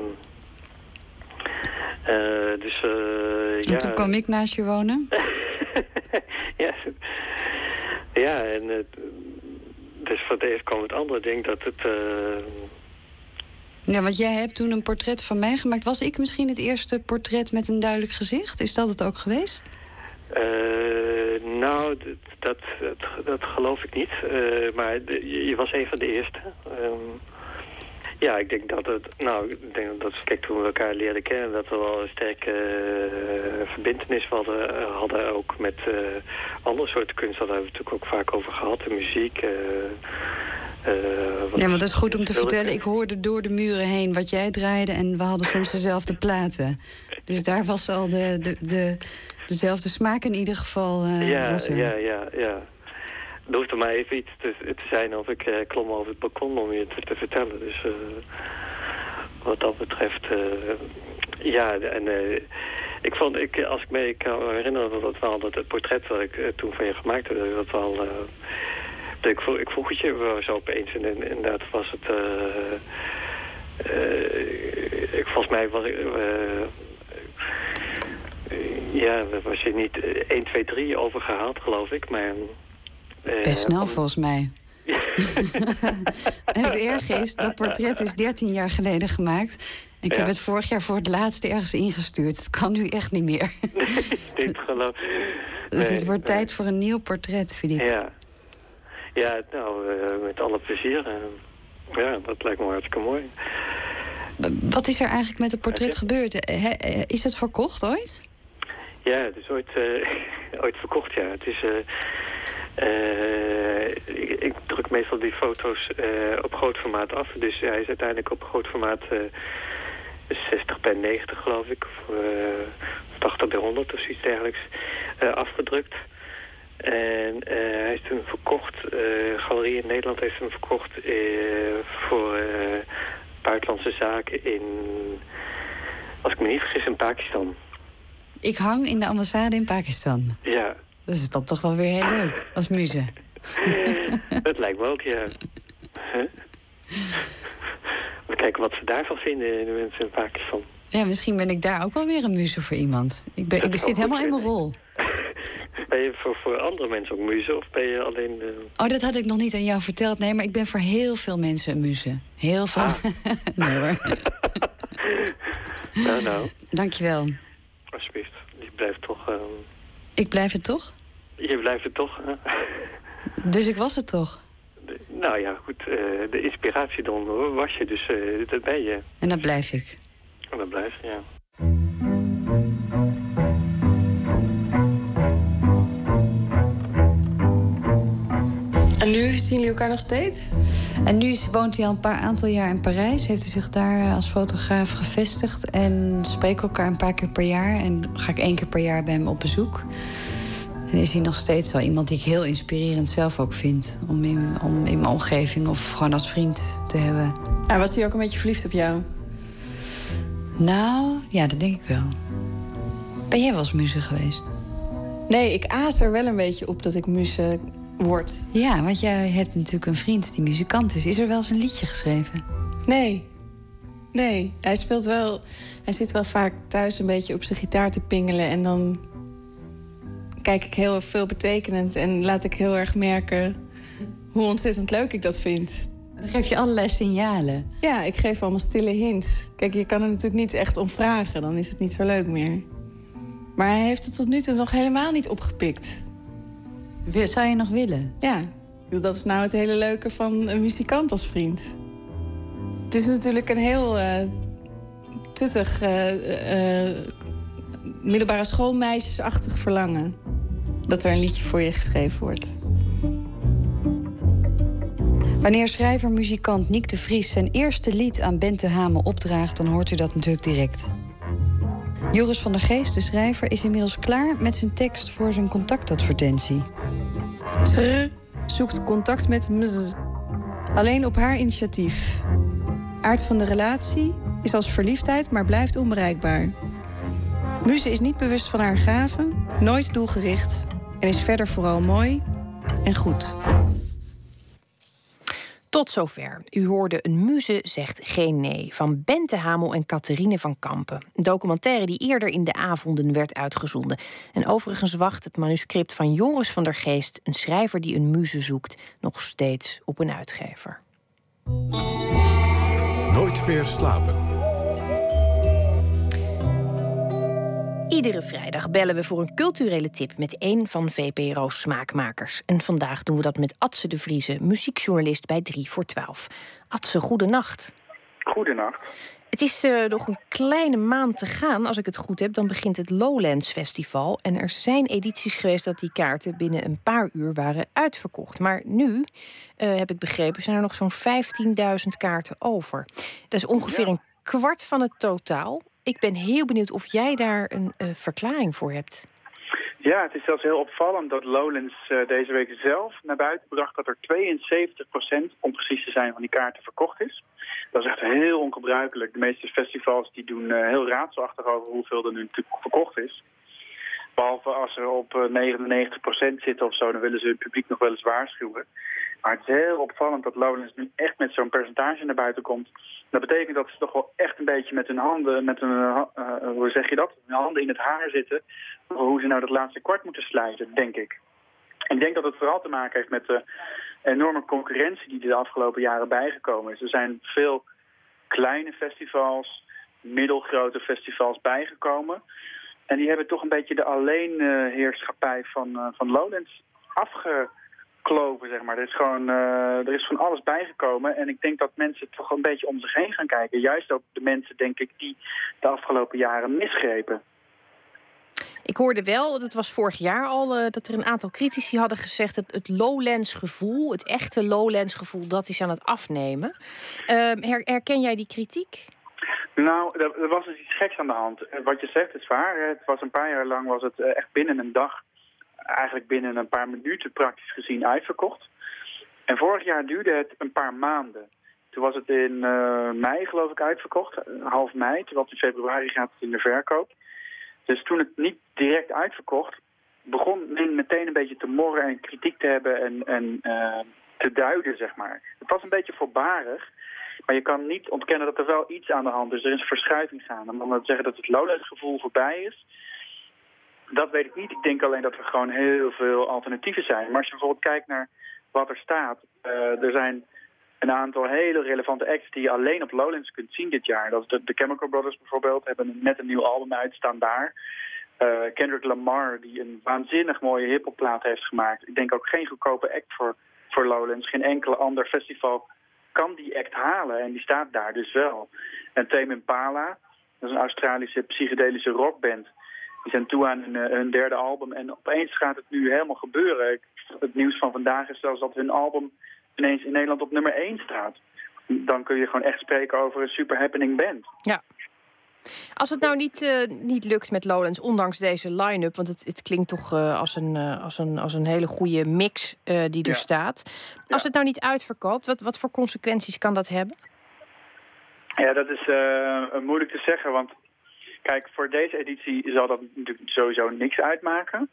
uh, dus, uh, en ja. toen kwam ik naast je wonen? ja, ja, en... Uh, dus van het eerst kwam het andere. Ik denk dat het... Uh... Ja, want jij hebt toen een portret van mij gemaakt. Was ik misschien het eerste portret met een duidelijk gezicht? Is dat het ook geweest? Uh, nou, dat, dat, dat geloof ik niet. Uh, maar de, je, je was een van de eerste. Um, ja, ik denk dat het... Nou, ik denk dat, kijk, toen we elkaar leerden kennen... dat we wel een sterke uh, verbintenis hadden, uh, hadden ook met uh, andere soorten kunst. Daar hebben we het natuurlijk ook vaak over gehad. De muziek... Uh, Uh, ja, want dat is goed om te vertellen. Ik hoorde door de muren heen wat jij draaide... en we hadden soms dezelfde platen. Dus daar was al de, de, de, dezelfde smaak in ieder geval. Uh, ja, was er. ja, ja, ja. Er hoefde maar even iets te, te zijn of ik uh, klom over het balkon om je te, te vertellen. Dus uh, wat dat betreft... Uh, ja, en uh, ik vond... Ik, als ik me kan herinneren dat het wel dat het portret dat ik uh, toen van je gemaakt heb... dat wel... Uh, Ik vroeg, ik vroeg het je zo opeens en inderdaad was het... Uh, uh, ik, volgens mij was ik... Uh, uh, ja, was je niet één, twee, drie overgehaald, geloof ik. Maar, uh, Best snel, om... volgens mij. En het erge is, dat portret is dertien jaar geleden gemaakt. Ik ja. heb het vorig jaar voor het laatst ergens ingestuurd. Het kan nu echt niet meer. Nee, dit geloof Dus nee, het wordt nee. tijd voor een nieuw portret, Philippe. Ja. Ja, nou, uh, met alle plezier. Uh, ja, dat lijkt me hartstikke mooi. Wat is er eigenlijk met het portret gebeurd? He, is het verkocht ooit? Ja, het is ooit, uh, ooit verkocht, ja. Het is... Uh, uh, ik, ik druk meestal die foto's uh, op groot formaat af. Dus hij is uiteindelijk op groot formaat uh, zestig bij negentig, geloof ik. Of uh, tachtig bij honderd of zoiets dergelijks uh, afgedrukt. En uh, hij is toen verkocht, uh, Galerie in Nederland heeft hem verkocht uh, voor uh, buitenlandse zaken in, als ik me niet vergis, in Pakistan. Ik hang in de ambassade in Pakistan. Ja. Dat is dan toch wel weer heel leuk, als muze. Dat lijkt me ook, ja. Huh? We kijken wat ze daarvan vinden, de mensen in Pakistan. Ja, misschien ben ik daar ook wel weer een muze voor iemand. Ik, ben, ik zit helemaal in mijn rol. Ben je voor, voor andere mensen ook muze of ben je alleen... Uh... Oh, dat had ik nog niet aan jou verteld. Nee, maar ik ben voor heel veel mensen een muze. Heel veel. Ah. Nee hoor. Nou, nou. Dankjewel. Alsjeblieft. Je blijft toch... Uh... Ik blijf het toch? Je blijft het toch, hè? Dus ik was het toch? De, nou ja, goed. Uh, de inspiratie dan was je, dus uh, dat ben je. En dat blijf ik. En dat blijft, ja. En nu zien jullie elkaar nog steeds? En nu woont hij al een paar aantal jaar in Parijs. Heeft hij zich daar als fotograaf gevestigd. En spreken elkaar een paar keer per jaar. En ga ik één keer per jaar bij hem op bezoek. En is hij nog steeds wel iemand die ik heel inspirerend zelf ook vind. Om in, om in mijn omgeving of gewoon als vriend te hebben. Ah, was hij ook een beetje verliefd op jou? Nou, ja, dat denk ik wel. Ben jij wel eens muze geweest? Nee, ik aas er wel een beetje op dat ik muze word. Ja, want jij hebt natuurlijk een vriend die muzikant is. Is er wel eens een liedje geschreven? Nee. Nee, hij speelt wel... Hij zit wel vaak thuis een beetje op zijn gitaar te pingelen. En dan kijk ik heel veel betekenend. En laat ik heel erg merken hoe ontzettend leuk ik dat vind. Dan geef je allerlei signalen. Ja, ik geef allemaal stille hints. Kijk, je kan er natuurlijk niet echt om vragen. Dan is het niet zo leuk meer. Maar hij heeft het tot nu toe nog helemaal niet opgepikt. Zou je nog willen? Ja, dat is nou het hele leuke van een muzikant als vriend. Het is natuurlijk een heel uh, tuttig, uh, uh, middelbare schoolmeisjesachtig verlangen. Dat er een liedje voor je geschreven wordt. Wanneer schrijver-muzikant Niek de Vries zijn eerste lied aan Bente Hame opdraagt, dan hoort u dat natuurlijk direct. Joris van der Geest, de schrijver, is inmiddels klaar met zijn tekst voor zijn contactadvertentie. Sr zoekt contact met mz. Alleen op haar initiatief. Aard van de relatie is als verliefdheid, maar blijft onbereikbaar. Muze is niet bewust van haar gaven, nooit doelgericht en is verder vooral mooi en goed. Tot zover. U hoorde Een muze zegt geen nee van Bente Hamel en Catherine van Kampen. Een documentaire die eerder in de avonden werd uitgezonden. En overigens wacht het manuscript van Joris van der Geest, een schrijver die een muze zoekt, nog steeds op een uitgever. Nooit meer slapen. Iedere vrijdag bellen we voor een culturele tip met één van V P Ro's smaakmakers. En vandaag doen we dat met Adse de Vrieze, muziekjournalist bij drie voor twaalf. Adse, goedenacht. Goedenacht. Het is uh, nog een kleine maand te gaan, als ik het goed heb. Dan begint het Lowlands Festival. En er zijn edities geweest dat die kaarten binnen een paar uur waren uitverkocht. Maar nu, uh, heb ik begrepen, zijn er nog zo'n vijftienduizend kaarten over. Dat is ongeveer ja. een kwart van het totaal. Ik ben heel benieuwd of jij daar een uh, verklaring voor hebt. Ja, het is zelfs heel opvallend dat Lowlands uh, deze week zelf naar buiten bracht dat er tweeënzeventig procent, om precies te zijn, van die kaarten verkocht is. Dat is echt heel ongebruikelijk. De meeste festivals die doen uh, heel raadselachtig over hoeveel er nu verkocht is. Behalve als ze op uh, negenennegentig procent zitten of zo, dan willen ze het publiek nog wel eens waarschuwen. Maar het is heel opvallend dat Lowlands nu echt met zo'n percentage naar buiten komt. Dat betekent dat ze toch wel echt een beetje met hun handen, met hun, uh, uh, hoe zeg je dat, hun handen in het haar zitten. Hoe ze nou dat laatste kwart moeten sluiten, denk ik. En ik denk dat het vooral te maken heeft met de enorme concurrentie die de afgelopen jaren bijgekomen is. Er zijn veel kleine festivals, middelgrote festivals bijgekomen. En die hebben toch een beetje de alleenheerschappij van, uh, van Lowlands afgekloven, zeg maar. Er is gewoon uh, er is van alles bijgekomen. En ik denk dat mensen toch een beetje om zich heen gaan kijken. Juist ook de mensen, denk ik, die de afgelopen jaren misgrepen. Ik hoorde wel, dat was vorig jaar al, uh, dat er een aantal critici hadden gezegd dat het Lowlands-gevoel, het echte Lowlands-gevoel, dat is aan het afnemen. Uh, her, herken jij die kritiek? Nou, er, er was dus iets geks aan de hand. Wat je zegt is waar. Het was een paar jaar lang was het echt binnen een dag, eigenlijk binnen een paar minuten praktisch gezien uitverkocht. En vorig jaar duurde het een paar maanden. Toen was het in uh, mei geloof ik uitverkocht, half mei. Terwijl het in februari gaat het in de verkoop. Dus toen het niet direct uitverkocht, begon men meteen een beetje te morren en kritiek te hebben en, en uh, te duiden, zeg maar. Het was een beetje voorbarig, maar je kan niet ontkennen dat er wel iets aan de hand is. Er is een verschuiving gaan. En om te zeggen dat het Lowlands-gevoel voorbij is, dat weet ik niet. Ik denk alleen dat er gewoon heel veel alternatieven zijn. Maar als je bijvoorbeeld kijkt naar wat er staat, uh, er zijn een aantal hele relevante acts die je alleen op Lowlands kunt zien dit jaar. Dat is de, de Chemical Brothers bijvoorbeeld, hebben net een nieuw album uitstaan daar. Uh, Kendrick Lamar, die een waanzinnig mooie hiphopplaat heeft gemaakt. Ik denk ook geen goedkope act voor, voor Lowlands. Geen enkele ander festival kan die act halen en die staat daar dus wel. En Tame Impala, dat is een Australische psychedelische rockband. Die zijn toe aan hun, hun derde album en opeens gaat het nu helemaal gebeuren. Het nieuws van vandaag is zelfs dat hun album ineens in Nederland op nummer één staat. Dan kun je gewoon echt spreken over een super happening band. Ja. Als het nou niet, uh, niet lukt met Lowlands, ondanks deze line-up, want het, het klinkt toch uh, als, een, uh, als, een, als een hele goede mix uh, die er ja. staat. Als ja. het nou niet uitverkoopt, wat, wat voor consequenties kan dat hebben? Ja, dat is uh, moeilijk te zeggen, want kijk, voor deze editie zal dat natuurlijk sowieso niks uitmaken.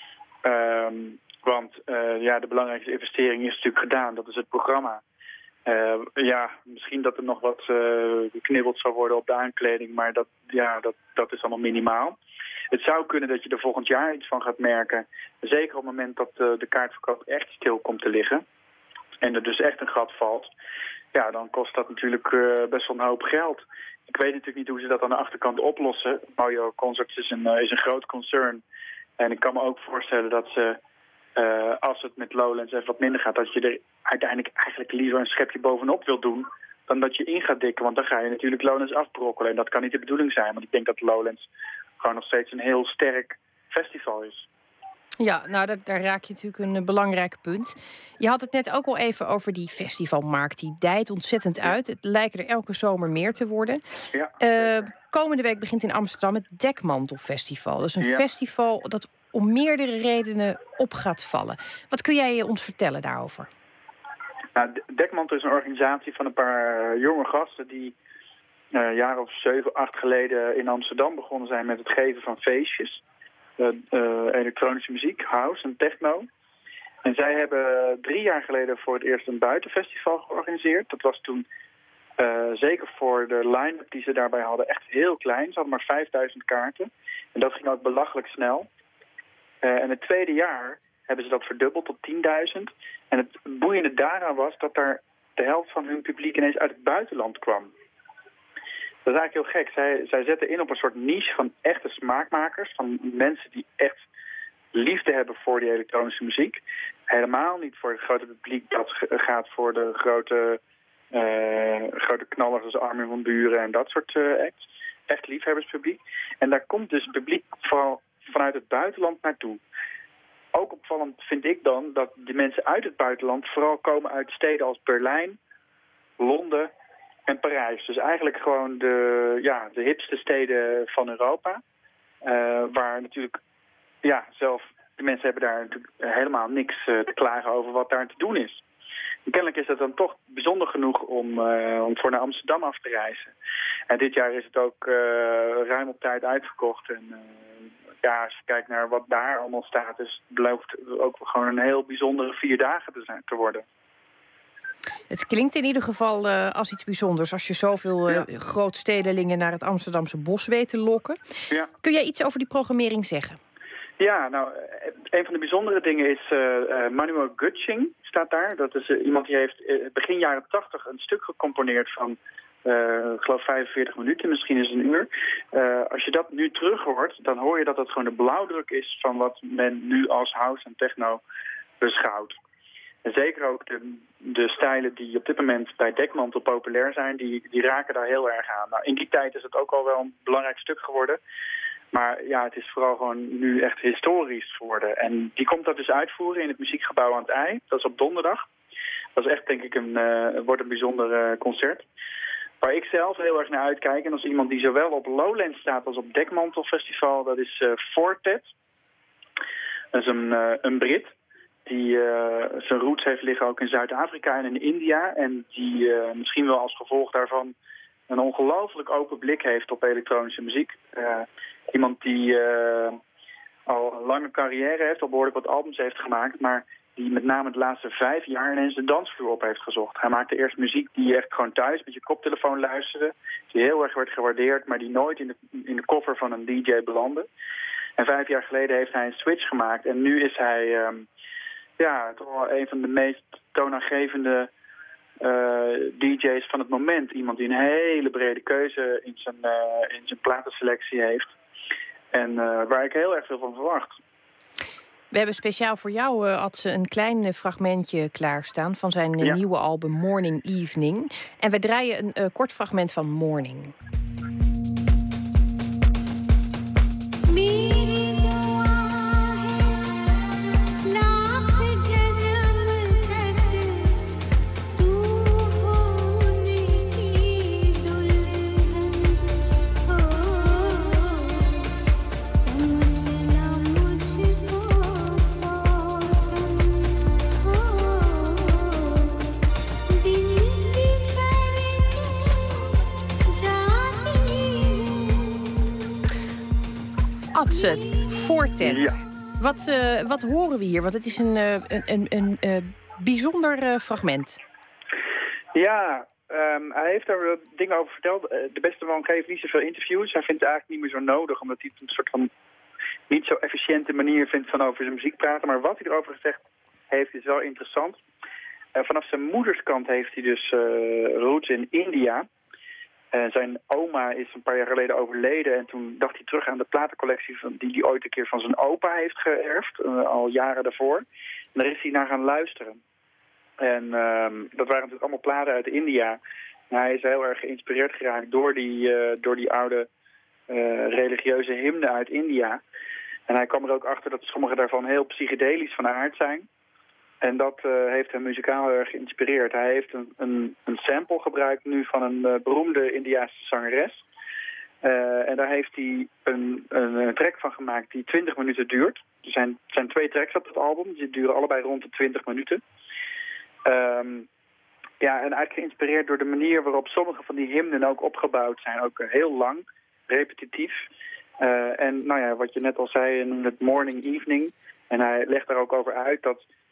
Um, Want uh, ja, de belangrijkste investering is natuurlijk gedaan. Dat is het programma. Uh, ja, misschien dat er nog wat uh, geknibbeld zal worden op de aankleding. Maar dat, ja, dat, dat is allemaal minimaal. Het zou kunnen dat je er volgend jaar iets van gaat merken. Zeker op het moment dat uh, de kaartverkoop echt stil komt te liggen. En er dus echt een gat valt. Ja, dan kost dat natuurlijk uh, best wel een hoop geld. Ik weet natuurlijk niet hoe ze dat aan de achterkant oplossen. Mario Concerts is een, uh, is een groot concern. En ik kan me ook voorstellen dat ze, Uh, als het met Lowlands even wat minder gaat, dat je er uiteindelijk eigenlijk liever een schepje bovenop wilt doen dan dat je in gaat dikken. Want dan ga je natuurlijk Lowlands afbrokkelen. En dat kan niet de bedoeling zijn. Want ik denk dat Lowlands gewoon nog steeds een heel sterk festival is. Ja, nou, dat, daar raak je natuurlijk een uh, belangrijk punt. Je had het net ook al even over die festivalmarkt. Die dijt ontzettend uit. Het lijken er elke zomer meer te worden. Ja. Uh, komende week begint in Amsterdam het Dekmantelfestival. Dat is een ja. festival dat om meerdere redenen op gaat vallen. Wat kun jij ons vertellen daarover? Nou, Dekmantel is een organisatie van een paar jonge gasten die uh, een jaar of zeven, acht geleden in Amsterdam begonnen zijn met het geven van feestjes. Uh, uh, elektronische muziek, house en techno. En zij hebben drie jaar geleden voor het eerst een buitenfestival georganiseerd. Dat was toen, uh, zeker voor de line-up die ze daarbij hadden, echt heel klein. Ze hadden maar vijfduizend kaarten. En dat ging ook belachelijk snel. Uh, en het tweede jaar hebben ze dat verdubbeld tot tienduizend. En het boeiende daaraan was dat daar de helft van hun publiek ineens uit het buitenland kwam. Dat is eigenlijk heel gek. Zij, zij zetten in op een soort niche van echte smaakmakers. Van mensen die echt liefde hebben voor die elektronische muziek. Helemaal niet voor het grote publiek dat gaat voor de grote, uh, grote knallers als Armin van Buuren en dat soort uh, acts. Echt liefhebberspubliek. En daar komt dus publiek vooral vanuit het buitenland naartoe. Ook opvallend vind ik dan dat de mensen uit het buitenland vooral komen uit steden als Berlijn, Londen en Parijs. Dus eigenlijk gewoon de, ja, de hipste steden van Europa. Uh, waar natuurlijk, ja, zelf, de mensen hebben daar natuurlijk helemaal niks uh, te klagen over wat daar te doen is. En kennelijk is dat dan toch bijzonder genoeg om, uh, om voor naar Amsterdam af te reizen. En dit jaar is het ook uh, ruim op tijd uitverkocht. En uh, ja, als je kijkt naar wat daar allemaal staat, dus het belooft ook gewoon een heel bijzondere vier dagen te, zijn, te worden. Het klinkt in ieder geval uh, als iets bijzonders als je zoveel uh, ja. grootstedelingen naar het Amsterdamse bos weet te lokken. Ja. Kun jij iets over die programmering zeggen? Ja, nou, een van de bijzondere dingen is uh, uh, Manuel Gutsching staat daar. Dat is uh, iemand die heeft uh, begin jaren tachtig een stuk gecomponeerd van, uh, ik geloof vijfenveertig minuten, misschien is het een uur. Uh, als je dat nu terug hoort, dan hoor je dat het gewoon de blauwdruk is van wat men nu als house en techno beschouwt. En zeker ook de, de stijlen die op dit moment bij Dekmantel populair zijn, die, die raken daar heel erg aan. Nou, in die tijd is het ook al wel een belangrijk stuk geworden. Maar ja, het is vooral gewoon nu echt historisch geworden. En die komt dat dus uitvoeren in het Muziekgebouw aan het IJ. Dat is op donderdag. Dat is echt, denk ik, een, uh, wordt een bijzonder uh, concert. Waar ik zelf heel erg naar uitkijk, en als iemand die zowel op Lowlands staat als op Dekmantel Festival, dat is uh, Fortet. Dat is een, uh, een Brit die uh, zijn roots heeft liggen ook in Zuid-Afrika en in India. En die uh, misschien wel als gevolg daarvan een ongelooflijk open blik heeft op elektronische muziek. Uh, iemand die uh, al een lange carrière heeft, al behoorlijk wat albums heeft gemaakt, maar die met name de laatste vijf jaar ineens de dansvloer op heeft gezocht. Hij maakte eerst muziek die je echt gewoon thuis met je koptelefoon luisterde, die heel erg werd gewaardeerd, maar die nooit in de, in de koffer van een D J belandde. En vijf jaar geleden heeft hij een switch gemaakt en nu is hij um, ja, toch wel een van de meest toonaangevende Uh, D J's van het moment. Iemand die een hele brede keuze in zijn, uh, in zijn platenselectie heeft. En uh, waar ik heel erg veel van verwacht. We hebben speciaal voor jou, uh, Adse, een klein uh, fragmentje klaarstaan van zijn uh, ja. nieuwe album Morning Evening. En we draaien een uh, kort fragment van Morning. Adse, Fortet. Ja. Wat, uh, wat horen we hier? Want het is een, uh, een, een, een uh, bijzonder uh, fragment. Ja, um, hij heeft daar dingen over verteld. Uh, de beste man geeft niet zoveel interviews. Hij vindt het eigenlijk niet meer zo nodig, omdat hij het een soort van niet zo efficiënte manier vindt van over zijn muziek praten. Maar wat hij erover gezegd heeft, is wel interessant. Uh, vanaf zijn moederskant heeft hij dus uh, roots in India. Uh, zijn oma is een paar jaar geleden overleden en toen dacht hij terug aan de platencollectie van, die hij ooit een keer van zijn opa heeft geërfd, uh, al jaren daarvoor. En daar is hij naar gaan luisteren. En uh, dat waren natuurlijk allemaal platen uit India. En hij is heel erg geïnspireerd geraakt door die, uh, door die oude uh, religieuze hymnen uit India. En hij kwam er ook achter dat sommige daarvan heel psychedelisch van aard zijn. En dat uh, heeft hem muzikaal heel erg geïnspireerd. Hij heeft een, een, een sample gebruikt nu van een uh, beroemde Indiase zangeres. Uh, en daar heeft hij een, een, een track van gemaakt die twintig minuten duurt. Er zijn, zijn twee tracks op het album. Die duren allebei rond de twintig minuten. Um, ja, en eigenlijk geïnspireerd door de manier waarop sommige van die hymnen ook opgebouwd zijn. Ook uh, heel lang, repetitief. Uh, en nou ja, wat je net al zei, in het Morning Evening. En hij legt daar ook over uit dat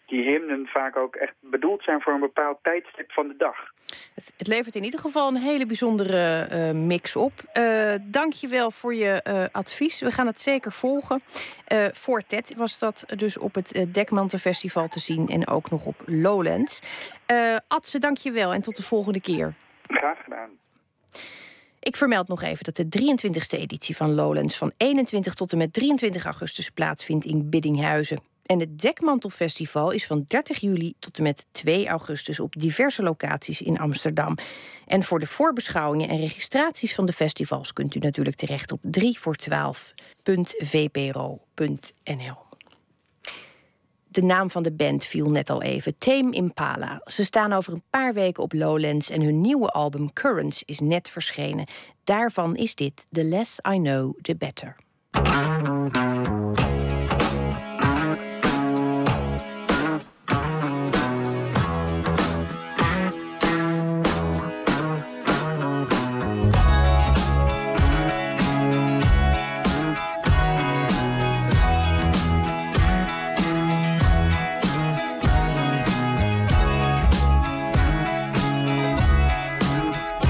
die hymnen vaak ook echt bedoeld zijn voor een bepaald tijdstip van de dag. Het, het levert in ieder geval een hele bijzondere uh, mix op. Uh, Dank je wel voor je uh, advies. We gaan het zeker volgen. Uh, voor Ted was dat dus op het uh, Dekmantelfestival te zien en ook nog op Lowlands. Uh, Adse, dank je wel en tot de volgende keer. Graag gedaan. Ik vermeld nog even dat de drieëntwintigste editie van Lowlands van eenentwintig tot en met drieëntwintig augustus plaatsvindt in Biddinghuizen. En het Dekmantelfestival is van dertig juli tot en met twee augustus op diverse locaties in Amsterdam. En voor de voorbeschouwingen en registraties van de festivals kunt u natuurlijk terecht op drie voor twaalf punt v p r o punt n l. De naam van de band viel net al even, Tame Impala. Ze staan over een paar weken op Lowlands en hun nieuwe album Currents is net verschenen. Daarvan is dit The Less I Know, The Better.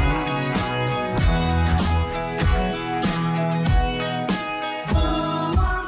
Someone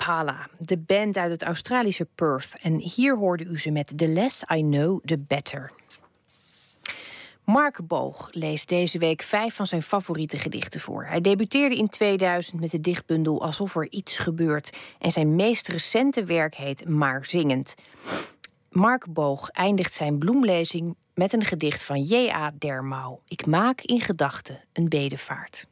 Impala, de band uit het Australische Perth. En hier hoorde u ze met The Less I Know, The Better. Mark Boog leest deze week vijf van zijn favoriete gedichten voor. Hij debuteerde in tweeduizend met de dichtbundel Alsof er iets gebeurt. En zijn meest recente werk heet Maar Zingend. Mark Boog eindigt zijn bloemlezing met een gedicht van J A Dermau. Ik maak in gedachten een bedevaart.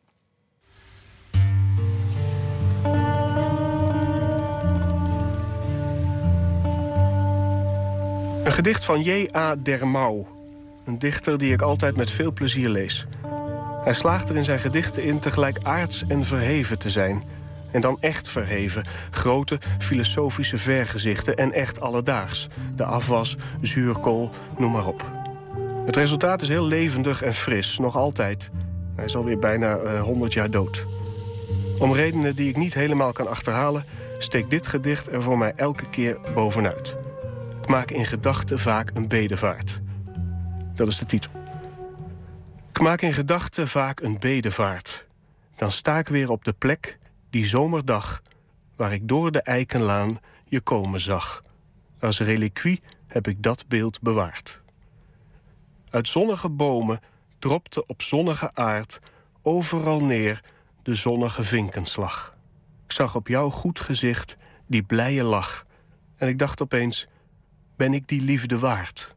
Een gedicht van J A Dermau. Een dichter die ik altijd met veel plezier lees. Hij slaagt er in zijn gedichten in tegelijk aards en verheven te zijn. En dan echt verheven. Grote, filosofische vergezichten en echt alledaags. De afwas, zuurkool, noem maar op. Het resultaat is heel levendig en fris, nog altijd. Hij is alweer bijna uh, honderd jaar dood. Om redenen die ik niet helemaal kan achterhalen, steekt dit gedicht er voor mij elke keer bovenuit. Ik maak in gedachten vaak een bedevaart. Dat is de titel. Ik maak in gedachten vaak een bedevaart. Dan sta ik weer op de plek, die zomerdag, waar ik door de eikenlaan je komen zag. Als reliquie heb ik dat beeld bewaard. Uit zonnige bomen dropte op zonnige aard overal neer de zonnige vinkenslag. Ik zag op jouw goed gezicht die blije lach. En ik dacht opeens, ben ik die liefde waard?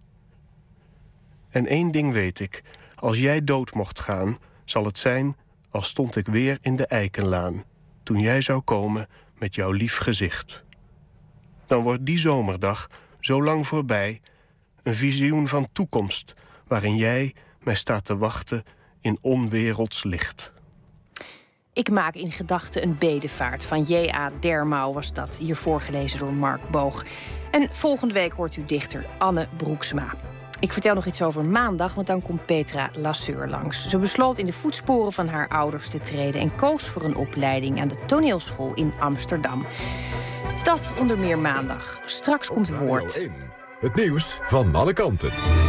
En één ding weet ik, als jij dood mocht gaan, zal het zijn als stond ik weer in de eikenlaan, toen jij zou komen met jouw lief gezicht. Dan wordt die zomerdag zo lang voorbij, een visioen van toekomst, waarin jij mij staat te wachten in onwerelds licht. Ik maak in gedachten een bedevaart van J A Dermau was dat, hier voorgelezen door Mark Boog. En volgende week hoort u dichter Anne Broeksma. Ik vertel nog iets over maandag, want dan komt Petra Lasseur langs. Ze besloot in de voetsporen van haar ouders te treden en koos voor een opleiding aan de toneelschool in Amsterdam. Dat onder meer maandag. Straks komt het woord. Het nieuws van alle kanten.